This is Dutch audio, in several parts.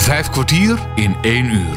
5 kwartier in 1 uur.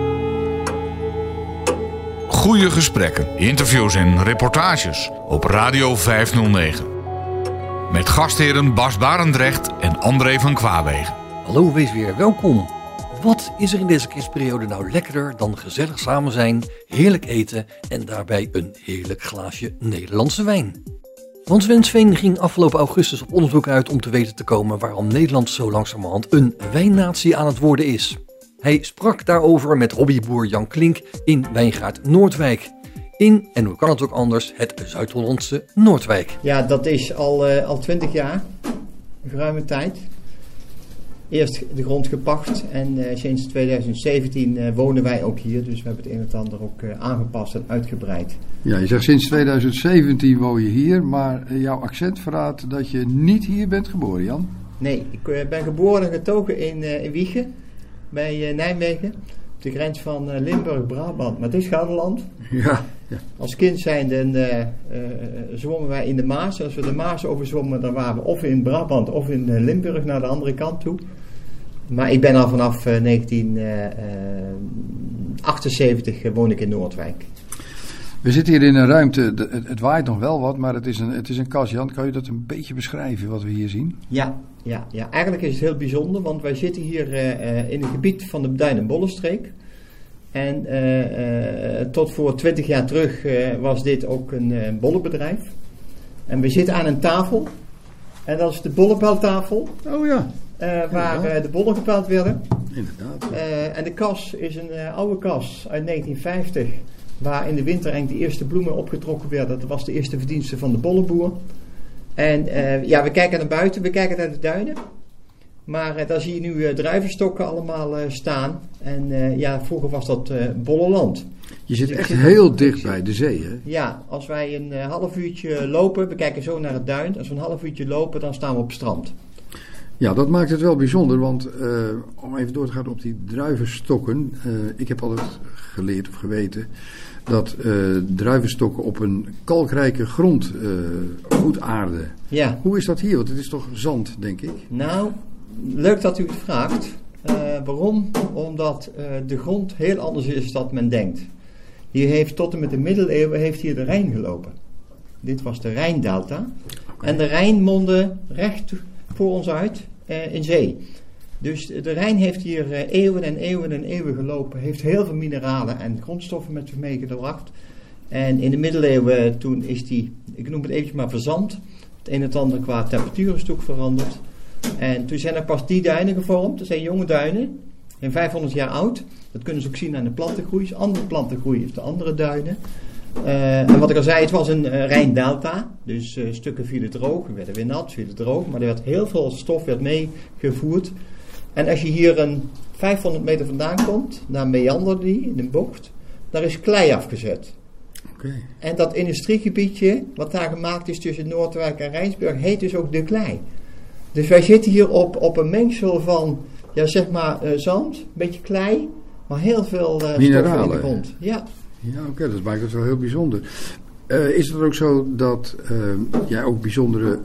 Goede gesprekken, interviews en reportages op Radio 509. Met gastheren Bas Barendrecht en André van Kwaabegen. Hallo, wees weer welkom. Wat is er in deze kerstperiode nou lekkerder dan gezellig samen zijn, heerlijk eten en daarbij een heerlijk glaasje Nederlandse wijn? Want Sven Sveen ging afgelopen augustus op onderzoek uit om te weten te komen waarom Nederland zo langzamerhand een wijnnatie aan het worden is. Hij sprak daarover met hobbyboer Jan Klink in Wijngaard Noordwijk. In, en hoe kan het ook anders, het Zuid-Hollandse Noordwijk. Ja, dat is al 20 jaar, een geruime tijd. Eerst de grond gepacht en sinds 2017 wonen wij ook hier. Dus we hebben het een en ander ook aangepast en uitgebreid. Ja, je zegt sinds 2017 woon je hier, maar jouw accent verraadt dat je niet hier bent geboren, Jan. Nee, ik ben geboren en getogen in Wijchen, bij Nijmegen. Op de grens van Limburg-Brabant, maar het is Gelderland. Ja. Als kind zijnde zwommen wij in de Maas. Als we de Maas overzwommen, dan waren we of in Brabant of in Limburg naar de andere kant toe. Maar ik ben al vanaf 1978 woon ik in Noordwijk. We zitten hier in een ruimte, het waait nog wel wat, maar het is een kas. Jan, kan je dat een beetje beschrijven wat we hier zien? Ja, eigenlijk is het heel bijzonder, want wij zitten hier in het gebied van de Duin- en Bollenstreek. En tot voor 20 jaar terug was dit ook een bollenbedrijf. En we zitten aan een tafel. En dat is de bollenpeltafel. Oh ja. Waar de bollen gepeld werden. Inderdaad. En de kas is een oude kas uit 1950. Waar in de winter eigenlijk de eerste bloemen opgetrokken werden. Dat was de eerste verdienste van de bollenboer. En we kijken naar buiten. We kijken naar de duinen. Maar daar zie je nu druivenstokken allemaal staan. En vroeger was dat bollenland. Je zit echt heel dicht bij de zee, hè? Ja, als wij een half uurtje lopen, we kijken zo naar het duin. Als we een half uurtje lopen, dan staan we op het strand. Ja, dat maakt het wel bijzonder, want om even door te gaan op die druivenstokken. Ik heb altijd geleerd of geweten dat druivenstokken op een kalkrijke grond goed aarden. Ja. Hoe is dat hier? Want het is toch zand, denk ik? Nou, leuk dat u het vraagt. Waarom? Omdat de grond heel anders is dan men denkt. Hier heeft tot en met de middeleeuwen heeft hier de Rijn gelopen. Dit was de Rijndelta. Okay. En de Rijn mondde recht voor ons uit in zee. Dus de Rijn heeft hier eeuwen en eeuwen en eeuwen gelopen. Heeft heel veel mineralen en grondstoffen met zich meegebracht. En in de middeleeuwen toen is die, ik noem het eventjes maar verzand. Het een en het ander qua temperatuur is ook veranderd. En toen zijn er pas die duinen gevormd. Dat zijn jonge duinen. Zijn 500 jaar oud. Dat kunnen ze ook zien aan de plantengroei. Andere plantengroei heeft de andere duinen. En wat ik al zei, het was een Rijndelta. Dus stukken vielen droog, werden weer nat, vielen droog. Maar er werd heel veel stof meegevoerd. En als je hier een 500 meter vandaan komt, dan meandert die in een bocht. Daar is klei afgezet. Okay. En dat industriegebiedje, wat daar gemaakt is tussen Noordwijk en Rijnsburg, heet dus ook de klei. Dus wij zitten hier op een mengsel van, zand, een beetje klei, maar heel veel mineralen in de grond. Ja. Ja, oké, dat maakt het wel heel bijzonder. Is het ook zo dat jij ook bijzondere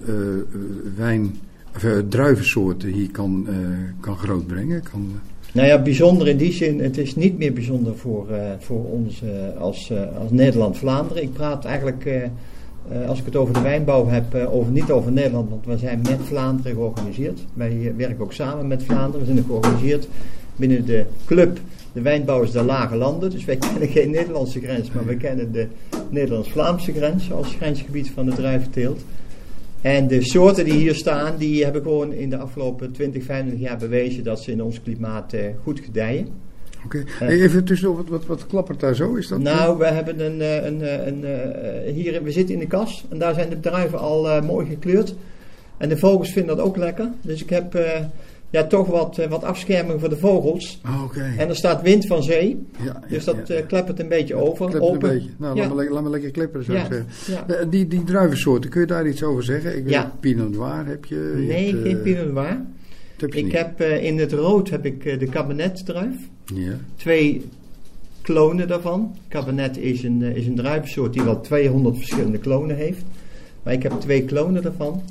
druivensoorten hier kan grootbrengen? Nou ja, bijzonder in die zin, het is niet meer bijzonder voor ons als Nederland-Vlaanderen. Ik praat eigenlijk, als ik het over de wijnbouw heb, niet over Nederland, want we zijn met Vlaanderen georganiseerd. Wij werken ook samen met Vlaanderen. We zijn georganiseerd binnen de club de wijnbouwers der Lage Landen. Dus wij kennen geen Nederlandse grens, maar wij kennen de Nederlands-Vlaamse grens als grensgebied van de druiventeelt. En de soorten die hier staan, die hebben gewoon in de afgelopen 20, 25 jaar bewezen dat ze in ons klimaat goed gedijen. Oké. Even tussendoor, wat klappert daar zo? Is dat we hebben hier, we zitten in de kas en daar zijn de druiven al mooi gekleurd. En de vogels vinden dat ook lekker. Dus ik heb toch wat afscherming voor de vogels. Okay. En er staat wind van zee. Dus dat kleppert een beetje over. Een beetje. Nou, laat me lekker klipperen, zou ik zeggen. Ja. Die druivensoorten, kun je daar iets over zeggen? Ik weet, Pinot Noir heb je? Nee, geen Pinot Noir. Ik heb in het rood heb ik de Cabernet druif. Ja. 2 klonen daarvan. Cabernet is een druivensoort die wel 200 verschillende klonen heeft. Maar ik heb 2 klonen daarvan.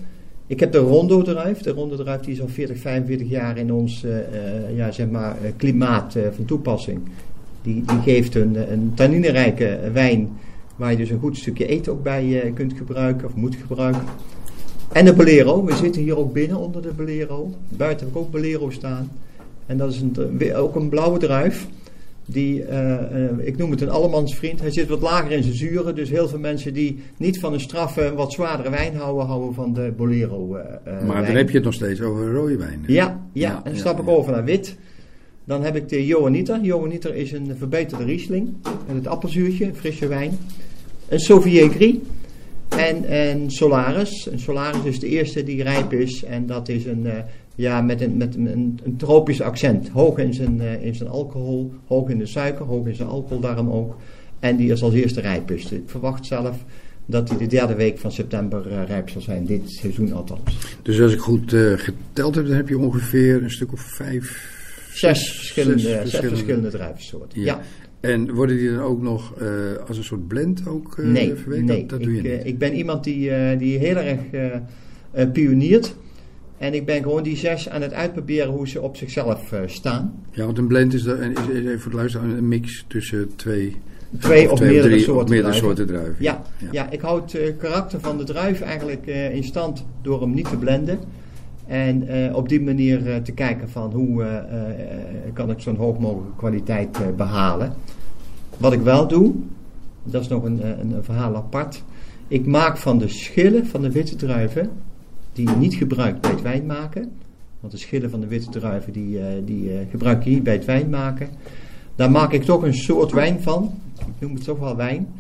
Ik heb de Rondo-druif. De Rondo-druif die is al 40, 45 jaar in ons klimaat van toepassing. Die geeft een tanninerijke wijn waar je dus een goed stukje eten ook bij kunt gebruiken of moet gebruiken. En de Bolero. We zitten hier ook binnen onder de Bolero. Buiten heb ik ook Bolero staan. En dat is ook een blauwe druif. Die, ik noem het een allemansvriend. Hij zit wat lager in zijn zuren. Dus heel veel mensen die niet van een straffe, wat zwaardere wijn houden van de Bolero Maar wijn. dan heb je het nog steeds over rode wijn. Ja. En dan stap ik over naar wit. Dan heb ik de Johanniter. Johanniter is een verbeterde Riesling. Met het appelzuurtje, een frisse wijn. Een Sauvignon Gris. En Solaris. Een Solaris is de eerste die rijp is. En dat is met een tropisch accent. Hoog in zijn alcohol, hoog in de suiker, hoog in zijn alcohol daarom ook. En die is als eerste rijp is. Ik verwacht zelf dat hij de derde week van september rijp zal zijn. Dit seizoen althans. Dus als ik goed geteld heb, dan heb je ongeveer een stuk of 6 verschillende druivensoorten. Ja. En worden die dan ook nog als een soort blend verwerkt? Nee, dat doe je niet. Ik ben iemand die heel erg pioniert. En ik ben gewoon die 6 aan het uitproberen hoe ze op zichzelf staan. Ja, want een blend is even voor de luisteraar een mix tussen twee of meerdere soorten druiven. Ja, ik hou het karakter van de druif eigenlijk in stand door hem niet te blenden. En op die manier te kijken van hoe kan ik zo'n hoog mogelijke kwaliteit behalen. Wat ik wel doe, dat is nog een verhaal apart. Ik maak van de schillen van de witte druiven, die je niet gebruikt bij het wijn maken. Want de schillen van de witte druiven die gebruik je niet bij het wijn maken. Daar maak ik toch een soort wijn van. Ik noem het toch wel wijn.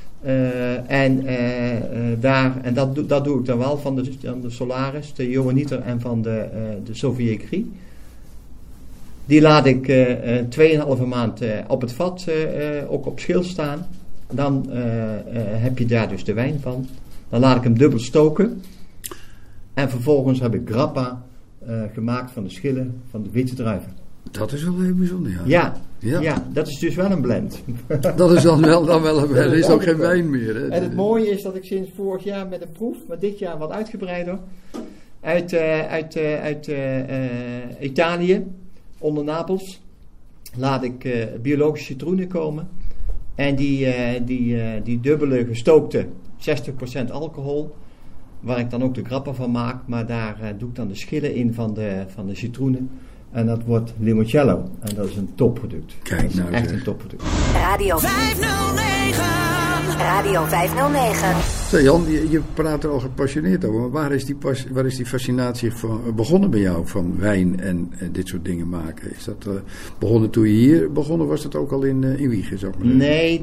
Dat doe ik dan wel van de Solaris, de Johanniter en van de Sauvignon Gris. Die laat ik 2,5 maand op het vat ook op schil staan. Dan heb je daar dus de wijn van. Dan laat ik hem dubbel stoken. En vervolgens heb ik grappa gemaakt van de schillen van de witte druiven. Dat is wel heel bijzonder, ja. Ja, dat is dus wel een blend. Dat is dan wel een blend. Er is ook geen wijn meer. Hè? En het mooie is dat ik sinds vorig jaar met een proef, maar dit jaar wat uitgebreider, uit Italië, onder Napels, laat ik biologische citroenen komen. En die dubbele gestookte 60% alcohol, waar ik dan ook de grappa van maak, maar daar doe ik dan de schillen in van de citroenen. En dat wordt limoncello. En dat is een topproduct. Kijk nou, echt een topproduct. Radio 509. Radio 509. Zo Jan, je praat er al gepassioneerd over. Maar waar is die fascinatie begonnen bij jou van wijn en dit soort dingen maken? Is dat begonnen toen je hier begon of was dat ook al in Wijchen? Zeg maar?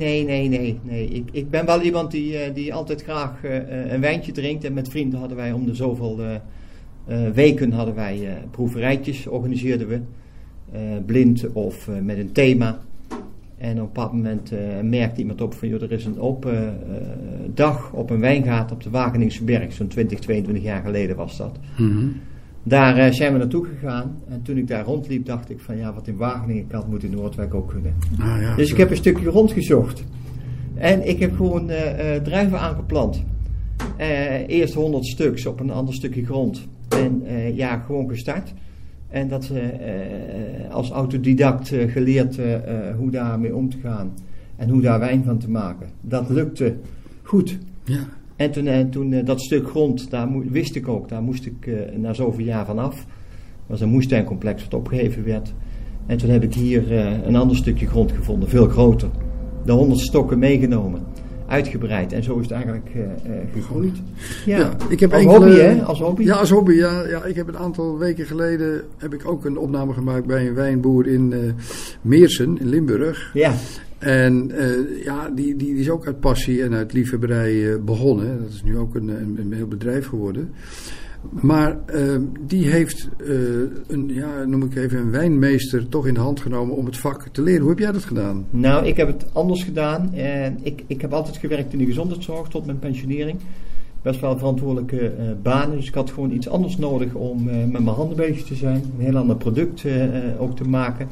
Nee. Ik ben wel iemand die altijd graag een wijntje drinkt. En met vrienden hadden wij om de zoveel weken hadden wij proeverijtjes, organiseerden we. Blind of met een thema. En op een bepaald moment merkte iemand op van, joh, er is een open dag op een wijngaard op de Wageningse Berg. Zo'n 22 jaar geleden was dat. Mm-hmm. Daar zijn we naartoe gegaan. En toen ik daar rondliep, dacht ik van, ja, wat in Wageningen kan, moet in Noordwijk ook kunnen. Dus ik heb een stukje rondgezocht. En ik heb gewoon druiven aangeplant. Eerst 100 stuks op een ander stukje grond. En gewoon gestart. En dat als autodidact geleerd hoe daarmee om te gaan. En hoe daar wijn van te maken. Dat lukte goed. Ja. En toen dat stuk grond, wist ik ook, daar moest ik na zoveel jaar vanaf. Het was een moestuincomplex wat opgeheven werd. En toen heb ik hier een ander stukje grond gevonden, veel groter. De 100 stokken meegenomen. Uitgebreid en zo is het eigenlijk gegroeid. Ja, ik heb als hobby, hè? Als hobby? Ja, als hobby. Ja, ik heb een aantal weken geleden ook een opname gemaakt bij een wijnboer in Meersen in Limburg. Ja. En die is ook uit passie en uit liefhebberij begonnen. Dat is nu ook een heel bedrijf geworden. Maar die heeft noem ik even een wijnmeester toch in de hand genomen om het vak te leren. Hoe heb jij dat gedaan? Nou, ik heb het anders gedaan. Ik heb altijd gewerkt in de gezondheidszorg tot mijn pensionering. Best wel verantwoordelijke banen. Dus ik had gewoon iets anders nodig om met mijn handen bezig te zijn. Een heel ander product ook te maken.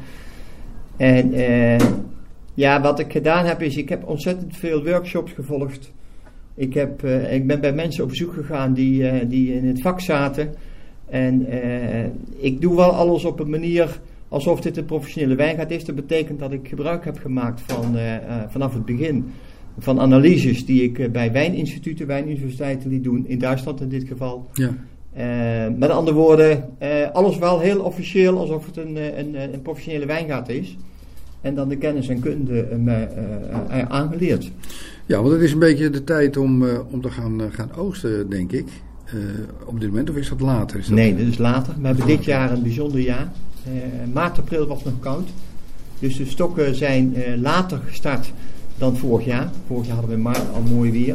En wat ik gedaan heb is, ik heb ontzettend veel workshops gevolgd Ik ben bij mensen op bezoek gegaan die in het vak zaten. En ik doe wel alles op een manier alsof dit een professionele wijngaard is. Dat betekent dat ik gebruik heb gemaakt vanaf het begin van analyses die ik bij wijninstituten, wijnuniversiteiten liet doen. In Duitsland in dit geval. Ja. Met andere woorden, alles wel heel officieel alsof het een professionele wijngaard is. En dan de kennis en kunde aangeleerd. Ja, want het is een beetje de tijd om te gaan oogsten, denk ik. Op dit moment, of is dat later? Nee, dat is later. We hebben dit jaar een bijzonder jaar. Maart, april was nog koud. Dus de stokken zijn later gestart dan vorig jaar. Vorig jaar hadden we in maart al mooi weer.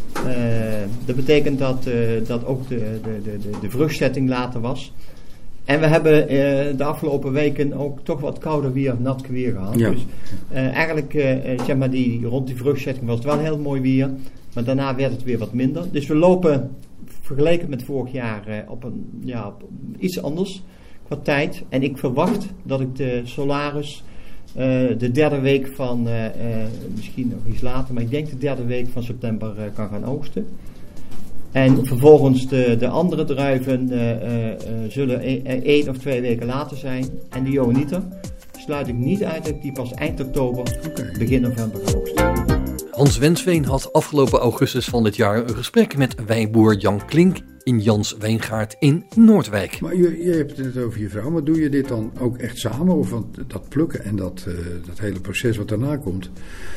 Dat betekent dat ook de vruchtzetting later was. En we hebben de afgelopen weken ook toch wat kouder weer, nat weer gehad. Ja. Dus eigenlijk, zeg maar, rond die vruchtzetting was het wel heel mooi weer. Maar daarna werd het weer wat minder. Dus we lopen vergeleken met vorig jaar op iets anders qua tijd. En ik verwacht dat ik de Solaris de derde week van, misschien nog iets later, maar ik denk de derde week van september kan gaan oogsten. En vervolgens de andere druiven zullen 1 of 2 weken later zijn. En de Johanniter sluit ik niet uit dat ik die pas eind oktober, begin november ga oogsten. Hans Wensveen had afgelopen augustus van dit jaar een gesprek met wijnboer Jan Klink in Jans Wijngaard in Noordwijk. Maar je hebt het over je vrouw, maar doe je dit dan ook echt samen? Of dat plukken en dat hele proces wat daarna komt?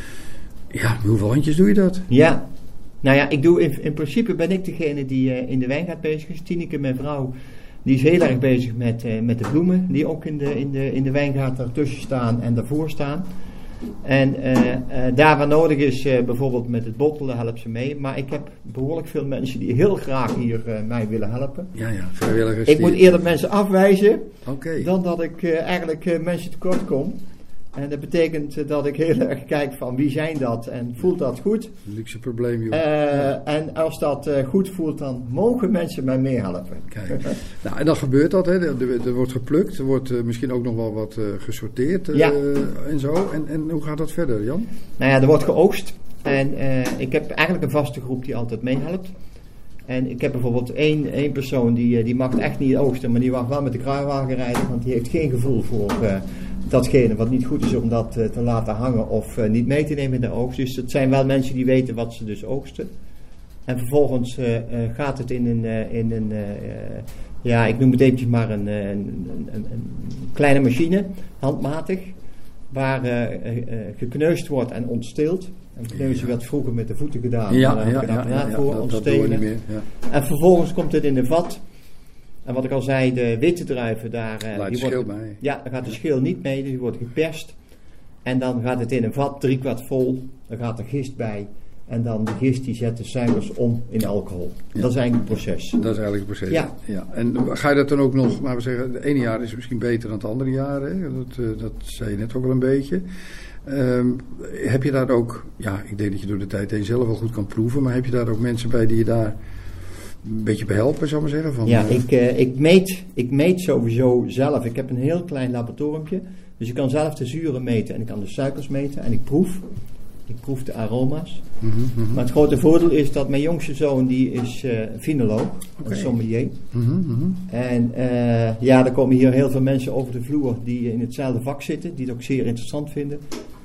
Ja, hoeveel handjes doe je dat? Ja, nou ja, ik doe in principe ben ik degene die in de wijngaard bezig is. Tineke, mijn vrouw, die is heel erg bezig met de bloemen die ook in de wijngaard ertussen staan en daarvoor staan. En daar waar nodig is, bijvoorbeeld met het bottelen, helpt ze mee. Maar ik heb behoorlijk veel mensen die heel graag hier mij willen helpen. Ja, vrijwilligers. Ik moet eerder mensen afwijzen dan dat ik eigenlijk mensen tekort kom. En dat betekent dat ik heel erg kijk van wie zijn dat en voelt dat goed. Luxe probleem, joh. En als dat goed voelt, dan mogen mensen mij meehelpen. Kijk. Nou, en dan gebeurt dat, hè. Er wordt geplukt, er wordt misschien ook nog wel wat gesorteerd en zo. En hoe gaat dat verder, Jan? Nou ja, er wordt geoogst. En ik heb eigenlijk een vaste groep die altijd meehelpt. En ik heb bijvoorbeeld één persoon die mag echt niet oogsten, maar die mag wel met de kruiwagen rijden, want die heeft geen gevoel voor datgene wat niet goed is om dat te laten hangen of niet mee te nemen in de oogst. Dus het zijn wel mensen die weten wat ze dus oogsten. En vervolgens gaat het in een ik noem het eventjes maar een kleine machine, handmatig, waar gekneusd wordt en ontsteeld. En kneuzen werd vroeger met de voeten gedaan. Ontstelen. En vervolgens komt het in een vat. En wat ik al zei, de witte druiven, daar gaat de schil niet mee, dus die wordt geperst. En dan gaat het in een vat 3/4 vol, dan gaat er gist bij. En dan de gist die zet de suikers om in alcohol. Ja. Dat is eigenlijk het proces. Dat is eigenlijk het proces. Ja. En ga je dat dan ook nog, maar we zeggen, het ene jaar is misschien beter dan het andere jaar. Hè? Dat zei je net ook wel een beetje. Heb je daar ook, ik denk dat je door de tijd heen zelf wel goed kan proeven, maar heb je daar ook mensen bij die je daar een beetje behelpen, zou ik maar zeggen? Ik meet sowieso zelf. Ik heb een heel klein laboratoriumpje, dus ik kan zelf de zuren meten en ik kan de suikers meten en ik proef. Ik proef de aroma's. Maar het grote voordeel is dat mijn jongste zoon, die is finoloog, een sommelier. En er komen hier heel veel mensen over de vloer die in hetzelfde vak zitten, die het ook zeer interessant vinden.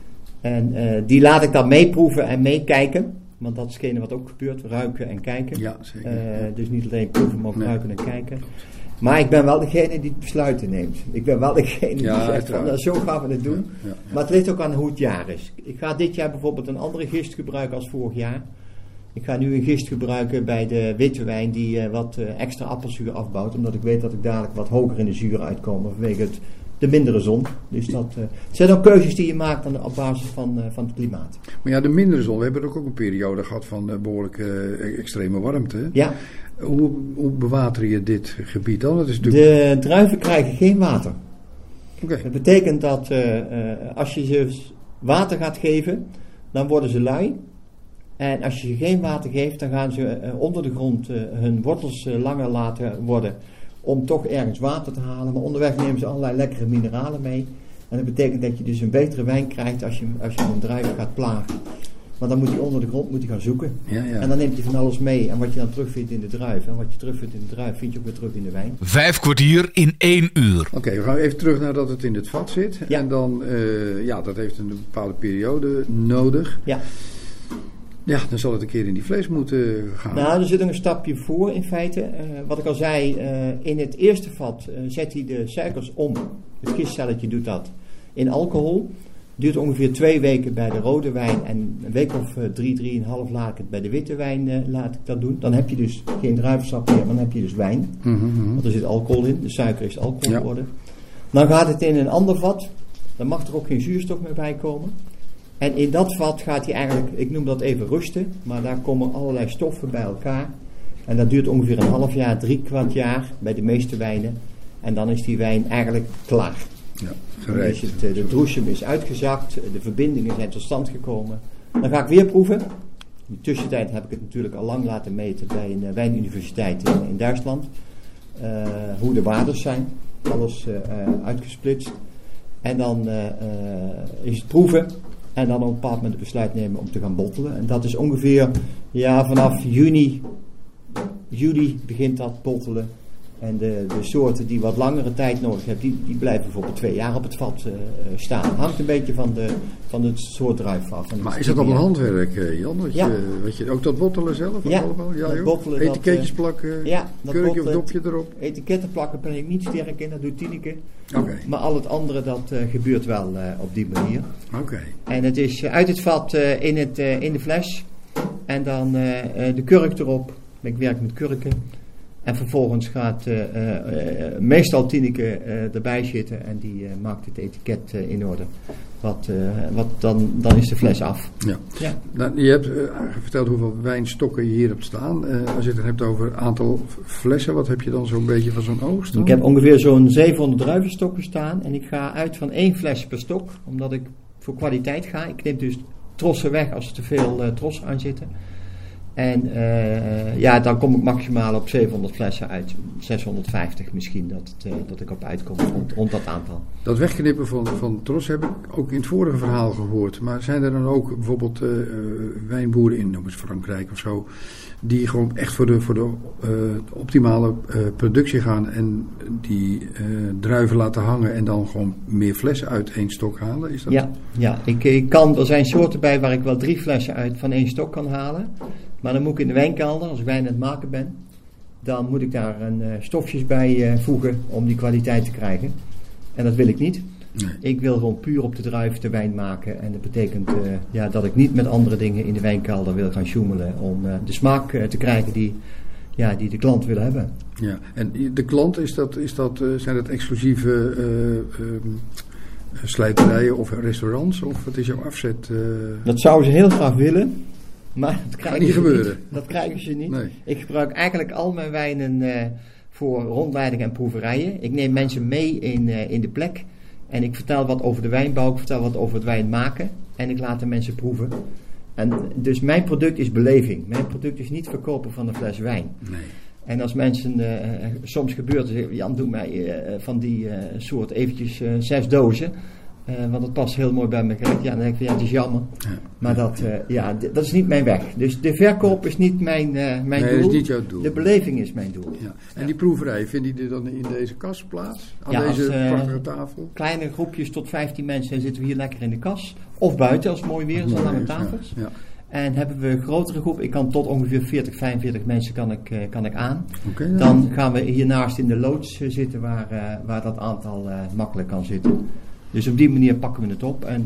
En die laat ik dan meeproeven en meekijken. Want dat is hetgene wat ook gebeurt, ruiken en kijken. Ja, zeker. Dus niet alleen proeven, maar ook ruiken en kijken. Maar ik ben wel degene die besluiten neemt. Ik ben wel degene die zegt van zo gaan we het doen. Ja. Maar het ligt ook aan hoe het jaar is. Ik ga dit jaar bijvoorbeeld een andere gist gebruiken als vorig jaar. Ik ga nu een gist gebruiken bij de witte wijn die wat extra appelzuur afbouwt. Omdat ik weet dat ik dadelijk wat hoger in de zuur uitkom vanwege de mindere zon. Dus het zijn ook keuzes die je maakt op basis van het klimaat. Maar ja, de mindere zon. We hebben ook een periode gehad van behoorlijk extreme warmte. Ja. Hoe bewater je dit gebied dan? Dat is De druiven krijgen geen water. Okay. Dat betekent dat als je ze water gaat geven, dan worden ze lui. En als je ze geen water geeft, dan gaan ze onder de grond hun wortels langer laten worden om toch ergens water te halen. Maar onderweg nemen ze allerlei lekkere mineralen mee. En dat betekent dat je dus een betere wijn krijgt als je een druif gaat plagen. Maar dan moet hij onder de grond gaan zoeken. Ja. En dan neemt hij van alles mee. En wat je dan terugvindt in de druif. En wat je terugvindt in de druif, vind je ook weer terug in de wijn. 5 kwartier in 1 uur. Oké, we gaan even terug naar dat het in het vat zit. Ja. En dan, dat heeft een bepaalde periode nodig. Ja. Ja, dan zal het een keer in die fles moeten gaan. Nou, er zit nog een stapje voor in feite. Wat ik al zei, in het eerste vat zet hij de suikers om. Het gistcelletje doet dat in alcohol. Duurt ongeveer 2 weken bij de rode wijn en een week of 3,5 laat ik het bij de witte wijn laat ik dat doen. Dan heb je dus geen druivensap meer, maar dan heb je dus wijn. Want er zit alcohol in, de suiker is alcohol geworden. Dan gaat het in een ander vat, dan mag er ook geen zuurstof meer bij komen. En in dat vat gaat hij eigenlijk, ik noem dat even rusten, maar daar komen allerlei stoffen bij elkaar. En dat duurt ongeveer een half jaar, 3/4 jaar bij de meeste wijnen. En dan is die wijn eigenlijk klaar. Ja, Dan is het, de droesem is uitgezakt, de verbindingen zijn tot stand gekomen. Dan ga ik weer proeven. In de tussentijd heb ik het natuurlijk al lang laten meten bij een wijnuniversiteit in Duitsland. Hoe de waardes zijn, alles uitgesplitst. En dan is het proeven. En dan op een bepaald moment het besluit nemen om te gaan bottelen. En dat is ongeveer vanaf juli begint dat bottelen. En de soorten die wat langere tijd nodig hebben, die blijven bijvoorbeeld 2 jaar op het vat staan. Hangt een beetje van het soort druif af. Maar is dat allemaal handwerk, Jan? Ook dat bottelen zelf? Ja, allemaal? dat bottelen. Etiketjes plakken, kurkje of dopje erop? Etiketten plakken ben ik niet sterk in, dat doet Tineke. Okay. Maar al het andere, dat gebeurt wel op die manier. Okay. En het is uit het vat in de fles. En dan de kurk erop. Ik werk met kurken. En vervolgens gaat meestal Tineke erbij zitten en die maakt het etiket in orde. Dan is de fles af. Ja. Nou, je hebt verteld hoeveel wijnstokken je hier hebt staan. Als je het hebt over een aantal flessen, wat heb je dan zo'n beetje van zo'n oogst? Ik heb ongeveer zo'n 700 druivenstokken staan en ik ga uit van 1 fles per stok, omdat ik voor kwaliteit ga. Ik neem dus trossen weg als er te veel trossen aan zitten. En dan kom ik maximaal op 700 flessen uit. 650 misschien dat ik op uitkom rond dat aantal. Dat wegknippen van tros heb ik ook in het vorige verhaal gehoord. Maar zijn er dan ook bijvoorbeeld wijnboeren in Frankrijk of zo, die gewoon echt voor de optimale productie gaan en die druiven laten hangen en dan gewoon meer flessen uit 1 stok halen? Is dat... Ja. Er zijn soorten bij waar ik wel 3 flessen uit van 1 stok kan halen. Maar dan moet ik in de wijnkelder, als ik wijn aan het maken ben, dan moet ik daar stofjes bij voegen om die kwaliteit te krijgen. En dat wil ik niet. Nee. Ik wil gewoon puur op de druif de wijn maken. En dat betekent dat ik niet met andere dingen in de wijnkelder wil gaan sjoemelen om de smaak te krijgen die de klant wil hebben. Ja, en de klant, zijn dat exclusieve slijterijen of restaurants? Of wat is jouw afzet? Dat zouden ze heel graag willen. Maar dat krijgen niet gebeuren. Dat krijgen ze niet. Nee. Ik gebruik eigenlijk al mijn wijnen voor rondleidingen en proeverijen. Ik neem mensen mee in de plek. En ik vertel wat over de wijnbouw. Ik vertel wat over het wijn maken. En ik laat de mensen proeven. En dus mijn product is beleving. Mijn product is niet verkopen van een fles wijn. Nee. En als mensen, soms gebeurt het, Jan, doe mij van die soort eventjes 6 dozen. Want dat past heel mooi bij me. Ja, dan denk ik van het is jammer. Ja. Maar dat is niet mijn weg. Dus de verkoop is niet mijn doel. Dat is niet jouw doel. De beleving is mijn doel. Ja. En die proeverij, vinden die dan in deze kas plaats? Aan deze prachtige tafel? Kleine groepjes tot 15 mensen zitten we hier lekker in de kas. Of buiten als het mooi weer is, aan lange tafels. Ja. En hebben we een grotere groep. Ik kan tot ongeveer 40, 45 mensen kan ik aan. Okay, dan gaan we hiernaast in de loods zitten waar dat aantal makkelijk kan zitten. Dus op die manier pakken we het op. En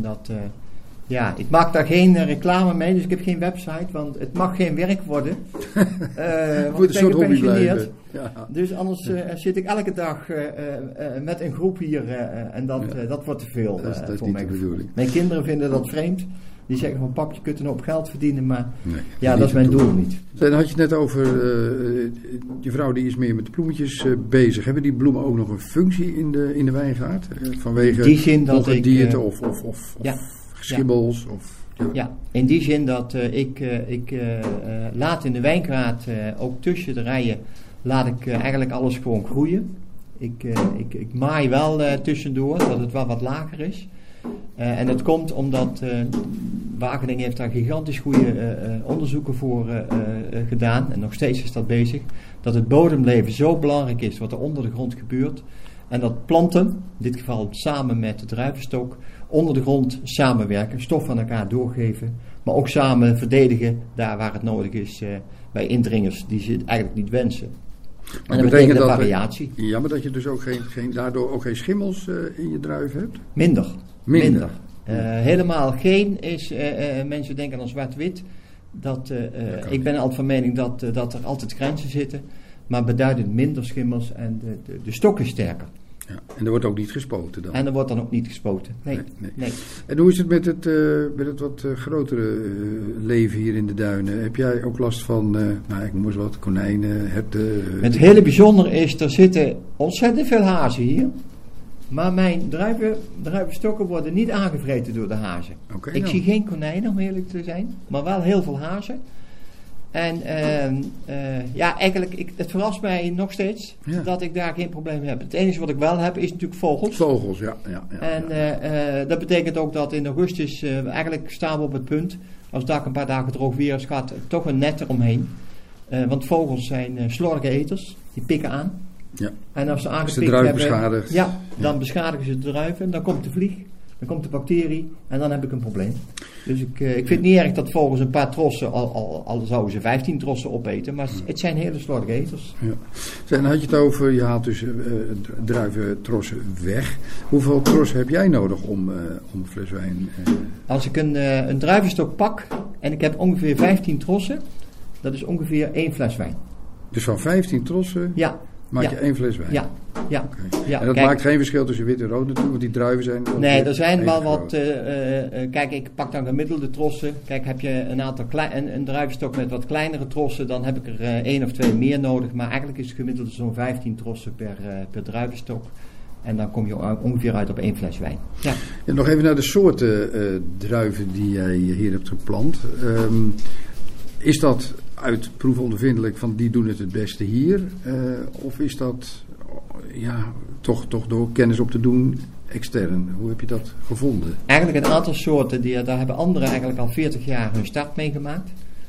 ik maak daar geen reclame mee, dus ik heb geen website, want het mag geen werk worden. Moet een soort hobby blijven. Ja. Dus anders zit ik elke dag met een groep hier en dat wordt te veel dat is voor niet mij. de bedoeling. Mijn kinderen vinden dat vreemd. Die zeggen van pap, je kunt er een hoop geld verdienen, maar dat is mijn doel niet. Dan had je het net over, je vrouw die is meer met de bloemetjes bezig. Hebben die bloemen ook nog een functie in de wijngaard? Vanwege die zin dat diëten of schimmels? Ja, in die zin dat ik laat in de wijngaard, ook tussen de rijen, laat ik eigenlijk alles gewoon groeien. Ik maai wel tussendoor, dat het wel wat lager is. En dat komt omdat Wageningen heeft daar gigantisch goede onderzoeken voor gedaan. En nog steeds is dat bezig. Dat het bodemleven zo belangrijk is wat er onder de grond gebeurt. En dat planten, in dit geval samen met de druivenstok, onder de grond samenwerken. Stof aan elkaar doorgeven. Maar ook samen verdedigen daar waar het nodig is bij indringers die ze eigenlijk niet wensen. En dat betekent een variatie. Ja, maar dat je dus ook daardoor ook geen schimmels in je druif hebt? Minder. Helemaal geen is, mensen denken aan zwart-wit. Ik ben altijd van mening dat er altijd grenzen zitten. Maar beduidend minder schimmels en de stok is sterker. Ja, en er wordt ook niet gespoten dan? En er wordt dan ook niet gespoten, nee. En hoe is het met het wat grotere leven hier in de duinen? Heb jij ook last van, ik noem eens wat, konijnen, herten? Het hele bijzondere is, er zitten ontzettend veel hazen hier. Maar mijn druivenstokken worden niet aangevreten door de hazen. Ik zie geen konijnen, om eerlijk te zijn, maar wel heel veel hazen. En eigenlijk, het verrast mij nog steeds dat ik daar geen probleem heb. Het enige wat ik wel heb is natuurlijk vogels. Vogels, ja. Dat betekent ook dat in augustus, eigenlijk staan we op het punt, als daar een paar dagen droog weer is, gaat toch een net eromheen. Want vogels zijn slordige eters, die pikken aan. Ja. En als ze aangepikt de druif hebben, beschadigt. Dan beschadigen ze de druiven, dan komt de vlieg, dan komt de bacterie en dan heb ik een probleem. Dus ik vind het niet erg dat vogels een paar trossen, al zouden ze 15 trossen opeten, maar het zijn hele slordige eters. Ja. En had je het over, je haalt dus druiventrossen weg. Hoeveel trossen heb jij nodig om een fles wijn? Als ik een druivenstok pak en ik heb ongeveer 15 trossen, dat is ongeveer 1 fles wijn. Dus van 15 trossen? Ja. Maak je 1 fles wijn? Ja. Okay. En dat maakt geen verschil tussen wit en rood natuurlijk, want die druiven zijn... Nee, er zijn wel wat... kijk, ik pak dan gemiddelde trossen. Kijk, heb je een druivenstok met wat kleinere trossen, dan heb ik er 1 of 2 meer nodig. Maar eigenlijk is het gemiddelde zo'n 15 trossen per druivenstok. En dan kom je ongeveer uit op 1 fles wijn. Ja. En nog even naar de soorten druiven die jij hier hebt geplant. Is dat uit proefondervindelijk van die doen het beste hier? Of is dat toch door kennis op te doen extern? Hoe heb je dat gevonden? Eigenlijk een aantal soorten, daar hebben anderen eigenlijk al 40 jaar hun start mee gemaakt.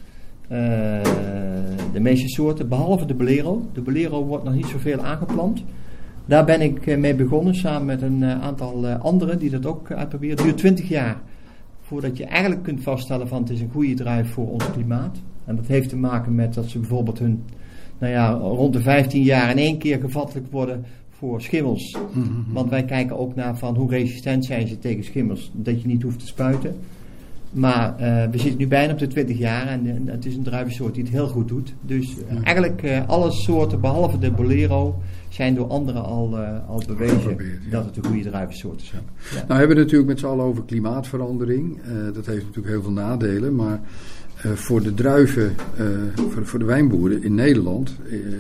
De meeste soorten, behalve de Bolero. De Bolero wordt nog niet zoveel aangeplant. Daar ben ik mee begonnen, samen met een aantal anderen die dat ook uitproberen. Het duurt 20 jaar voordat je eigenlijk kunt vaststellen van het is een goede druif voor ons klimaat. En dat heeft te maken met dat ze bijvoorbeeld rond de 15 jaar in 1 keer gevattelijk worden voor schimmels. Mm-hmm. Want wij kijken ook naar van hoe resistent zijn ze tegen schimmels, dat je niet hoeft te spuiten. Maar we zitten nu bijna op de 20 jaar en het is een druivensoort die het heel goed doet. Dus eigenlijk alle soorten, behalve de Bolero, zijn door anderen al bewezen dat het een goede druivensoorten zijn. Ja. Nou hebben we het natuurlijk met z'n allen over klimaatverandering. Dat heeft natuurlijk heel veel nadelen, maar voor de druiven, voor de wijnboeren in Nederland,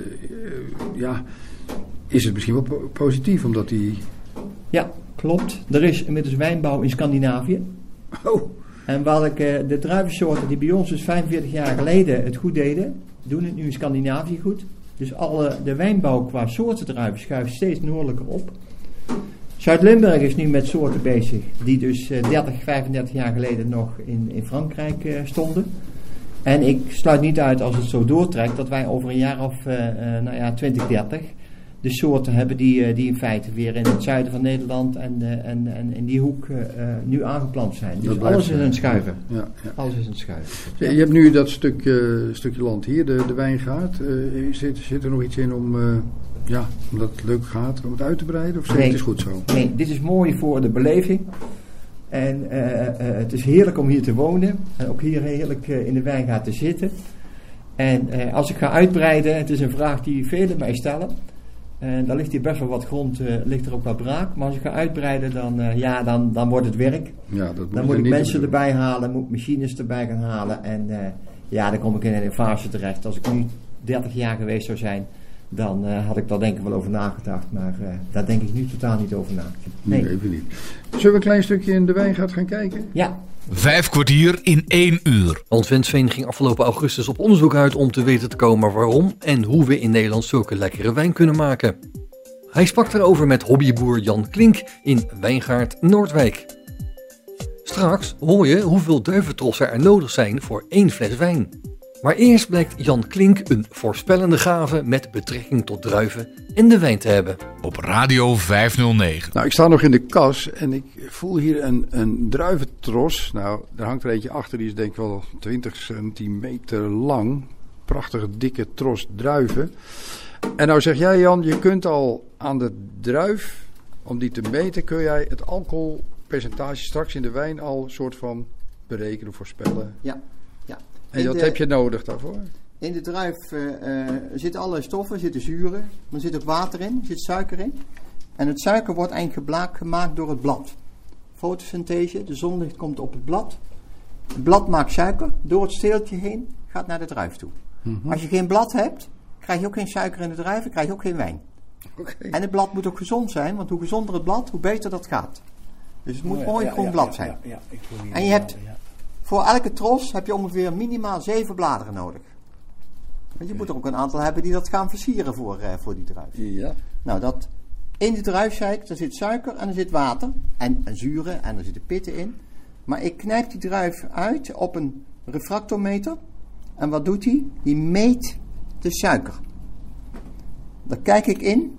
is het misschien wel positief, omdat die... Ja, klopt. Er is inmiddels wijnbouw in Scandinavië. Oh. En de druivensoorten die bij ons dus 45 jaar geleden het goed deden, doen het nu in Scandinavië goed. Dus de wijnbouw qua soorten druiven schuift steeds noordelijker op. Zuid-Limburg is nu met soorten bezig die dus 30, 35 jaar geleden nog in Frankrijk stonden. En ik sluit niet uit als het zo doortrekt dat wij over een jaar of 20, 30 de soorten hebben die in feite weer in het zuiden van Nederland en in die hoek nu aangeplant zijn. Dus alles is een schuiven. Ja. Alles is een schuiven. Ja. Je hebt nu dat stukje land hier, de wijngaard. Zit er nog iets in omdat het leuk gaat om het uit te breiden? Of het is goed zo? Nee, dit is mooi voor de beleving. En het is heerlijk om hier te wonen. En ook hier heerlijk in de wijngaard te zitten. En als ik ga uitbreiden, het is een vraag die velen mij stellen. En daar ligt hier best wel wat grond, ligt er ook wat braak. Maar als ik ga uitbreiden, dan wordt het werk. Ja, dan moet ik mensen erbij halen, moet machines erbij gaan halen. En dan kom ik in een fase terecht. Als ik nu 30 jaar geweest zou zijn, dan had ik daar denk ik wel over nagedacht. Maar daar denk ik nu totaal niet over na. Nee, even niet. Zullen we een klein stukje in de wijngaard gaan kijken? Ja. 5 kwartier in 1 uur. Hans Wensveen ging afgelopen augustus op onderzoek uit om te weten te komen waarom en hoe we in Nederland zulke lekkere wijn kunnen maken. Hij sprak erover met hobbyboer Jan Klink in Wijngaard Noordwijk. Straks hoor je hoeveel druiventrossen er nodig zijn voor 1 fles wijn. Maar eerst blijkt Jan Klink een voorspellende gave met betrekking tot druiven en de wijn te hebben. Op Radio 509. Nou, ik sta nog in de kas en ik voel hier een druiventros. Nou, daar hangt er eentje achter, die is denk ik wel 20 centimeter lang. Prachtige dikke tros druiven. En nou zeg jij, Jan, je kunt al aan de druif, om die te meten, kun jij het alcoholpercentage straks in de wijn al soort van berekenen, voorspellen. Ja. En dat heb je nodig daarvoor? In de druif zitten allerlei stoffen, er zitten zuren, maar er zit ook water in, er zit suiker in. En het suiker wordt eigenlijk gemaakt door het blad. Fotosynthese, de zonlicht komt op het blad. Het blad maakt suiker, door het steeltje heen, gaat naar de druif toe. Mm-hmm. Als je geen blad hebt, krijg je ook geen suiker in de druif, krijg je ook geen wijn. Okay. En het blad moet ook gezond zijn, want hoe gezonder het blad, hoe beter dat gaat. Dus het moet mooi groen blad zijn. En je hebt... Voor elke tros heb je ongeveer minimaal 7 bladeren nodig. Want je moet er ook een aantal hebben die dat gaan versieren voor die druif. Ja. Nou, in de druif, zei ik, er zit suiker en er zit water. En zuren en er zitten pitten in. Maar ik knijp die druif uit op een refractometer. En wat doet hij? Die meet de suiker. Daar kijk ik in.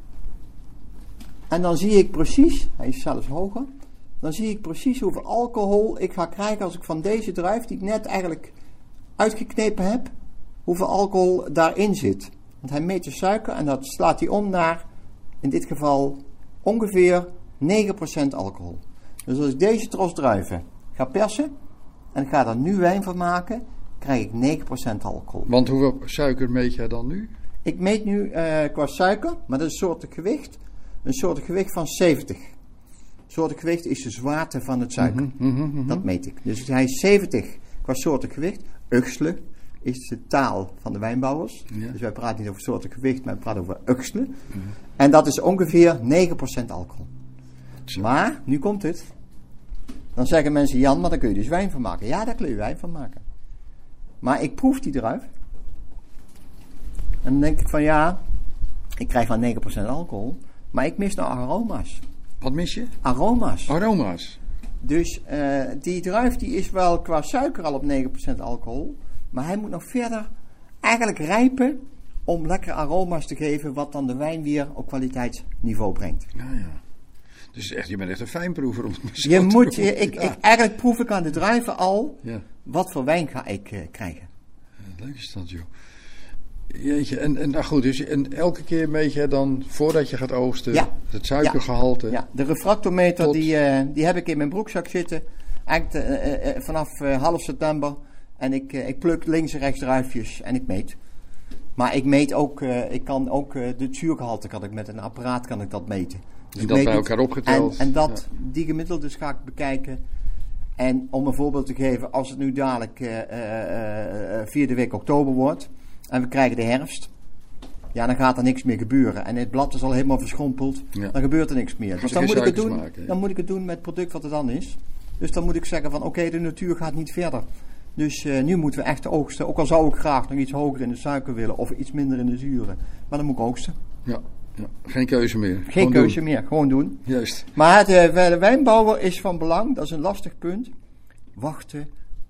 En dan zie ik precies, hij is zelfs hoger... Dan zie ik precies hoeveel alcohol ik ga krijgen als ik van deze druif, die ik net eigenlijk uitgeknepen heb, hoeveel alcohol daarin zit. Want hij meet de suiker en dat slaat hij om naar, in dit geval, ongeveer 9% alcohol. Dus als ik deze tros druiven ga persen en ik ga er nu wijn van maken, krijg ik 9% alcohol. Want hoeveel suiker meet jij dan nu? Ik meet nu qua suiker, maar dat is een soort gewicht van 70. Soortig gewicht is de zwaarte van het suiker. Dat meet ik. Dus hij is 70 qua soortig gewicht. Uxle is de taal van de wijnbouwers. Ja. Dus wij praten niet over soortig gewicht, maar we praten over uxle. En dat is ongeveer 9% alcohol. Zo. Maar, nu komt het. Dan zeggen mensen, Jan, maar daar kun je dus wijn van maken. Ja, daar kun je wijn van maken. Maar ik proef die druif. En dan denk ik van ja, ik krijg wel 9% alcohol. Maar ik mis nou aroma's. Wat mis je? Aroma's. Dus die druif die is wel qua suiker al op 9% alcohol. Maar hij moet nog verder eigenlijk rijpen om lekkere aroma's te geven. Wat dan de wijn weer op kwaliteitsniveau brengt. Ja. Dus echt, je bent echt een fijnproever. Eigenlijk proef ik aan de druiven al wat voor wijn ga ik krijgen. Leuk is dat, joh. Jeetje, en nou goed, dus elke keer meet je dan, voordat je gaat oogsten, het suikergehalte? Ja, de refractometer die heb ik in mijn broekzak zitten, eigenlijk vanaf half september. En ik pluk links en rechts druifjes en ik meet. Maar ik meet ook, ik kan ook de zuurgehalte kan ik met een apparaat kan ik dat meten. Dus en dat bij elkaar opgeteld? En die gemiddeldes ga ik bekijken. En om een voorbeeld te geven, als het nu dadelijk 4e week oktober wordt... En we krijgen de herfst. Ja, dan gaat er niks meer gebeuren. En het blad is al helemaal verschrompeld. Ja. Dan gebeurt er niks meer. Dus dan moet ik het doen met het product wat er dan is. Dus dan moet ik zeggen van oké, de natuur gaat niet verder. Dus nu moeten we echt oogsten. Ook al zou ik graag nog iets hoger in de suiker willen. Of iets minder in de zuren. Maar dan moet ik oogsten. Ja. Geen keuze meer. Geen keuze meer. Gewoon doen. Juist. Maar de wijnbouwer is van belang. Dat is een lastig punt. Wachten.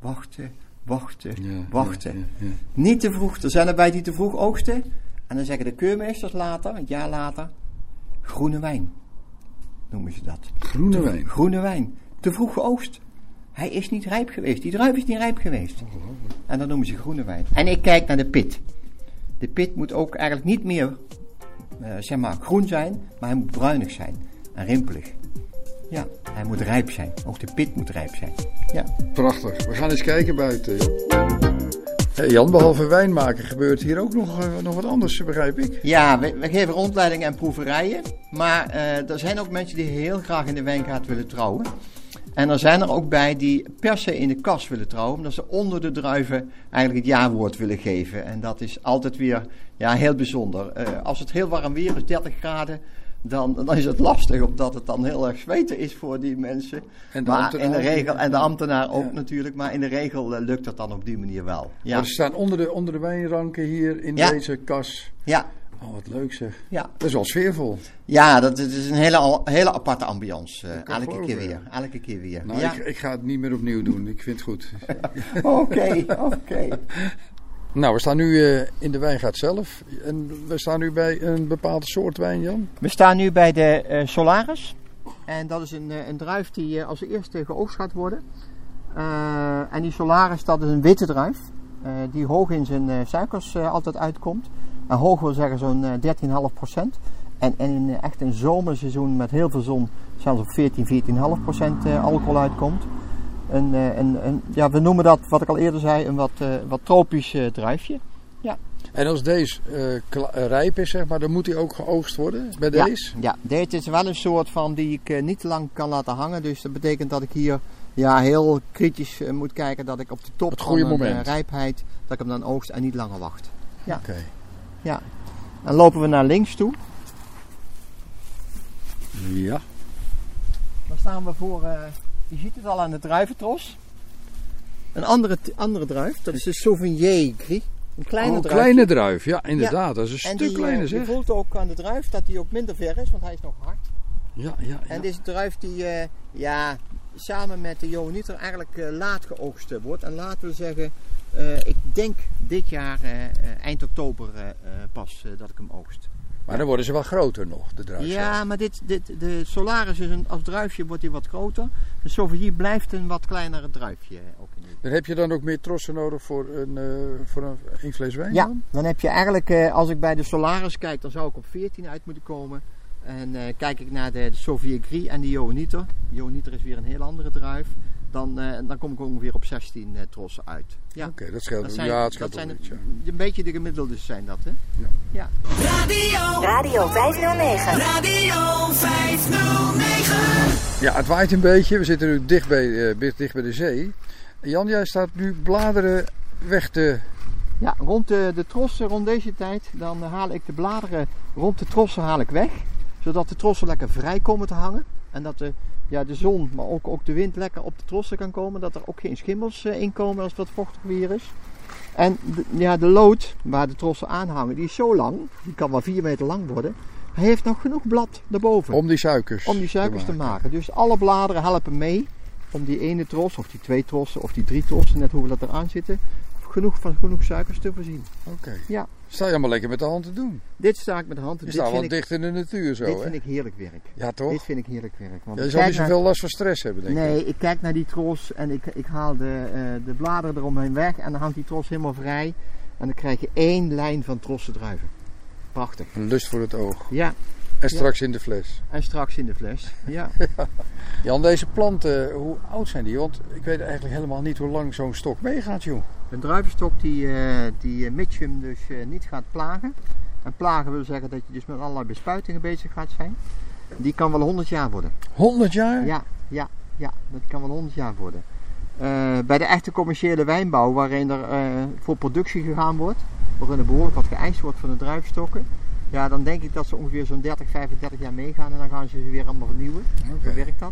Niet te vroeg. Er zijn erbij die te vroeg oogsten. En dan zeggen de keurmeesters later, een jaar later, groene wijn. Noemen ze dat. Groene wijn. Te vroeg geoogst. Hij is niet rijp geweest. Die druif is niet rijp geweest. En dan noemen ze groene wijn. En ik kijk naar de pit. De pit moet ook eigenlijk niet meer groen zijn, maar hij moet bruinig zijn. En rimpelig. Ja, hij moet rijp zijn. Ook de pit moet rijp zijn. Ja. Prachtig. We gaan eens kijken buiten. Hey Jan, behalve wijn maken gebeurt hier ook nog wat anders, begrijp ik. Ja, we geven rondleidingen en proeverijen. Maar er zijn ook mensen die heel graag in de wijngaard willen trouwen. En er zijn er ook bij die per se in de kas willen trouwen. Omdat ze onder de druiven eigenlijk het jaarwoord willen geven. En dat is altijd weer heel bijzonder. Als het heel warm weer is, 30 graden... Dan is het lastig, omdat het dan heel erg zweten is voor die mensen. En de ambtenaar ook natuurlijk, maar in de regel lukt dat dan op die manier wel. Ja. Maar ze staan onder de wijnranken hier in deze kas Oh, wat leuk zeg. Ja. Dat is wel sfeervol. Ja, dat is een hele aparte ambiance. Elke keer weer. Nou, ja. ik ga het niet meer opnieuw doen. Ik vind het goed. Oké. Nou, we staan nu in de wijngaard zelf. En we staan nu bij een bepaalde soort wijn, Jan. We staan nu bij de Solaris. En dat is een druif die als eerste geoogst gaat worden. En die Solaris, dat is een witte druif. Die hoog in zijn suikers altijd uitkomt. En hoog wil zeggen zo'n 13,5%. En in echt een zomerseizoen met heel veel zon zelfs op 14,5% alcohol uitkomt. Ja, we noemen dat, wat ik al eerder zei, een wat tropisch druifje. Ja. En als deze rijp is, zeg maar, dan moet hij ook geoogst worden bij deze? Ja, deze is wel een soort van die ik niet lang kan laten hangen. Dus dat betekent dat ik hier heel kritisch moet kijken dat ik op de top van de rijpheid, dat ik hem dan oogst en niet langer wacht. Ja. Oké. Ja. Dan lopen we naar links toe. Ja. Dan staan we voor, je ziet het al aan de druiventros. Een andere druif, dat is de Sauvignon Gris. Een kleine druif, ja inderdaad. Dat is een stuk kleiner zeg. Je voelt ook aan de druif dat hij ook minder ver is, want hij is nog hard. Ja. En deze druif die samen met de Johanniter eigenlijk laat geoogst wordt. En laten we zeggen, ik denk dit jaar eind oktober pas dat ik hem oogst. Maar dan worden ze wel groter nog, de druif. Ja, maar de Solaris is als druifje wordt hij wat groter. De Sauvignon blijft een wat kleinere druifje. Ook in dan heb je dan ook meer trossen nodig voor een fles wijn? Ja, dan heb je eigenlijk, als ik bij de Solaris kijk, dan zou ik op 14 uit moeten komen. En kijk ik naar de Sauvignon Gris en de Johanniter. De Johanniter is weer een heel andere druif. Dan kom ik ongeveer op 16 trossen uit. Ja. Oké, dat scheelt. Het scheelt een beetje de gemiddeldes zijn dat, hè? Ja. Radio 509. Radio 509. Ja, het waait een beetje. We zitten nu dicht bij de zee. Jan, jij staat nu bladeren weg te... Ja, rond de trossen, rond deze tijd, dan haal ik de bladeren rond de trossen haal ik weg. Zodat de trossen lekker vrij komen te hangen. En dat de zon, maar ook de wind lekker op de trossen kan komen. Dat er ook geen schimmels in komen als het wat vochtig weer is. En de lood waar de trossen aan hangen, die is zo lang. Die kan wel 4 meter lang worden. Hij heeft nog genoeg blad daarboven. Om die suikers te maken. Dus alle bladeren helpen mee om die ene tros, of die 2 trossen, of die 3 trossen, net hoe we dat eraan zitten, genoeg suikers te voorzien. Oké. Ja. Sta je allemaal lekker met de hand te doen? Dit sta ik met de hand te doen. Je staat wel dicht in de natuur zo, Dit vind ik heerlijk werk. Ja, toch? Dit vind ik heerlijk werk. Want je zal niet zoveel last van stress hebben, denk ik. Nee, ik kijk naar die tros en ik haal de bladeren eromheen weg en dan hangt die tros helemaal vrij. En dan krijg je 1 lijn van trossen druiven. Prachtig. Een lust voor het oog. Ja. En straks in de fles. Ja. Jan, deze planten, hoe oud zijn die? Want ik weet eigenlijk helemaal niet hoe lang zo'n stok meegaat, joh. Een druivenstok die mits je hem dus niet gaat plagen. En plagen wil zeggen dat je dus met allerlei bespuitingen bezig gaat zijn. Die kan wel 100 jaar worden. 100 jaar? Ja, dat kan wel 100 jaar worden. Bij de echte commerciële wijnbouw, waarin er voor productie gegaan wordt, waarin er behoorlijk wat geëist wordt van de druivenstokken, ja, dan denk ik dat ze ongeveer zo'n 35 jaar meegaan en dan gaan ze weer allemaal vernieuwen. Okay. Zo werkt dat.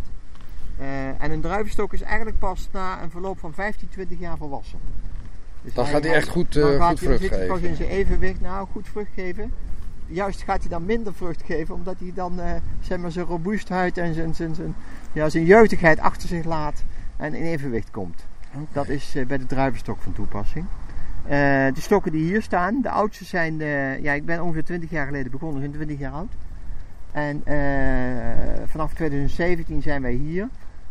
En een druivenstok is eigenlijk pas na een verloop van 15-20 jaar volwassen. Dus dan gaat hij echt goed vrucht geven. Dan zit hij pas in zijn evenwicht. Nou, goed vrucht geven. Juist gaat hij dan minder vrucht geven, omdat hij dan zijn robuustheid en zijn jeugdigheid achter zich laat en in evenwicht komt. Okay. Dat is bij de druivenstok van toepassing. De stokken die hier staan, de oudste zijn, ik ben ongeveer 20 jaar geleden begonnen, zijn 20 jaar oud. En vanaf 2017 zijn wij hier.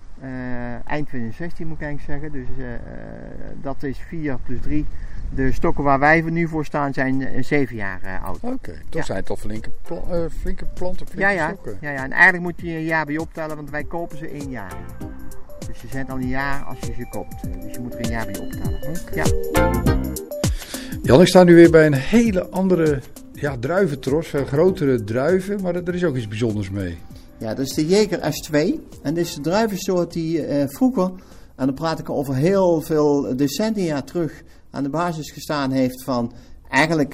Eind 2016 moet ik eigenlijk zeggen, dus dat is 4 plus 3. De stokken waar wij nu voor staan zijn 7 jaar oud. Oké, toch zijn het toch flinke planten, flinke stokken. Ja, en eigenlijk moet je een jaar bij optellen, want wij kopen ze 1 jaar. Dus je zijn al een jaar als je ze koopt. Dus je moet er een jaar bij optellen. Okay. Ja. Jan, ik sta nu weer bij een hele andere druiventros, veel grotere druiven, maar er is ook iets bijzonders mee. Ja, dat is de Jäger S2. En dit is de druivensoort die vroeger, en dan praat ik over heel veel decennia terug, aan de basis gestaan heeft van eigenlijk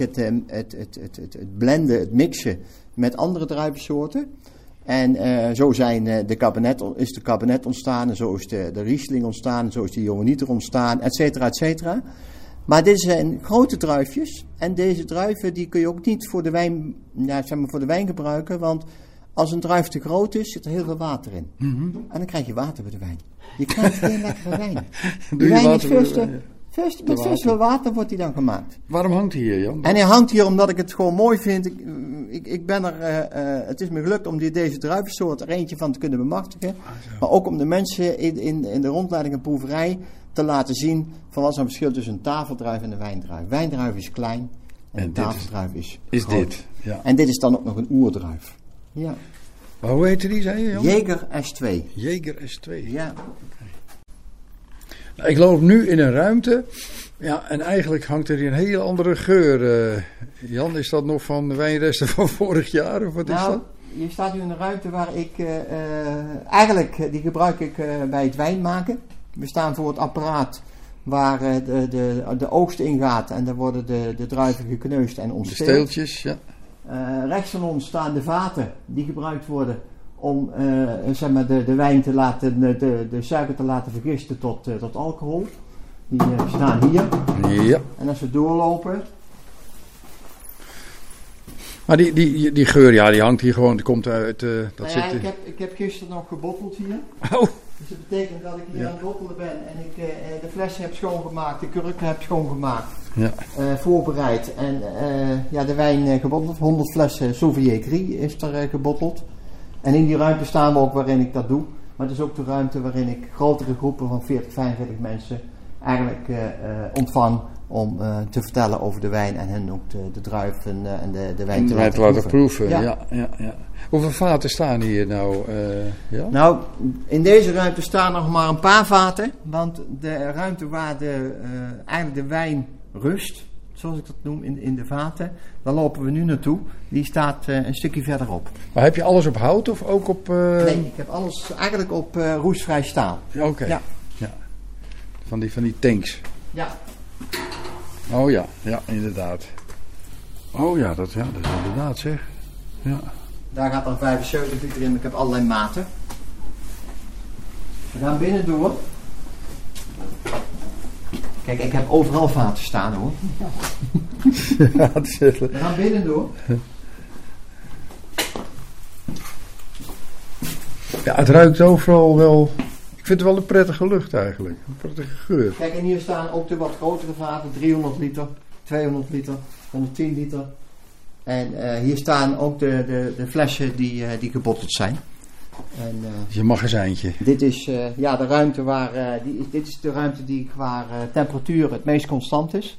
het blenden, het mixen met andere druivensoorten. En zo is de Cabernet ontstaan, en zo is de Riesling ontstaan, en zo is de Johanniter ontstaan, et cetera, et cetera. Maar dit zijn grote druifjes. En deze druiven die kun je ook niet voor de wijn, voor de wijn gebruiken. Want als een druif te groot is, zit er heel veel water in. En dan krijg je water bij de wijn. Je krijgt geen lekkere wijn. De wijn is met veel veel water wordt die dan gemaakt. Waarom hangt hij hier, Jan? En hij hangt hier omdat ik het gewoon mooi vind. Ik ben het is me gelukt om deze druivensoort er eentje van te kunnen bemachtigen. Maar ook om de mensen in de rondleiding en proeverij te laten zien van wat is het verschil tussen een tafeldruif en een wijndruif. Wijndruif is klein en een tafeldruif is groot. Dit, ja. En dit is dan ook nog een oerdruif. Ja. Maar hoe heette die, zei je, Jan? Jaeger S2. Jaeger S2. Ja. Nou, ik loop nu in een ruimte. Ja, en eigenlijk hangt er hier een hele andere geur. Jan, is dat nog van de wijnresten van vorig jaar? Of wat is dat? Je staat nu in een ruimte waar ik... eigenlijk, die gebruik ik bij het wijn maken. We staan voor het apparaat waar de oogst ingaat. En daar worden de druiven gekneusd en ontsteeld. De steeltjes, ja. Rechts van ons staan de vaten die gebruikt worden om zeg maar de wijn te laten, de suiker te laten vergisten tot alcohol. Die staan hier. Ja. En als we doorlopen... Maar die geur, ja, die hangt hier gewoon, die komt uit... Ik heb gisteren nog gebotteld hier. Oh. Dus dat betekent dat ik hier aan het bottelen ben en ik de flessen heb schoongemaakt, de kurken heb schoongemaakt, voorbereid. En de wijn gebotteld, 100 flessen Sauvignon Gris is er gebotteld. En in die ruimte staan we ook waarin ik dat doe. Maar het is ook de ruimte waarin ik grotere groepen van 40, 45 mensen eigenlijk ontvang om te vertellen over de wijn en hen ook de druiven en de wijn te laten proeven. Ja. Hoeveel vaten staan hier nou? Nou, in deze ruimte staan nog maar een paar vaten. Want de ruimte waar eigenlijk de wijn rust, zoals ik dat noem, in de vaten, daar lopen we nu naartoe. Die staat een stukje verderop. Maar heb je alles op hout of ook op... Nee, ik heb alles eigenlijk op roestvrij staal. Oké. Ja. Van die tanks. Ja. Oh ja, inderdaad. Oh ja, dat is inderdaad zeg. Ja. Daar gaat dan 75 liter in, ik heb allerlei maten. We gaan binnen door. Kijk, ik heb overal vaten staan hoor. Ja, we gaan binnen door. Ja, het ruikt overal wel... Ik vind het wel een prettige lucht eigenlijk. Een prettige geur. Kijk, en hier staan ook de wat grotere vaten. 300 liter, 200 liter, 110 liter. En hier staan ook de flessen die gebotteld zijn. En, je magazijntje. Dit is de ruimte waar... dit is de ruimte die qua temperatuur het meest constant is.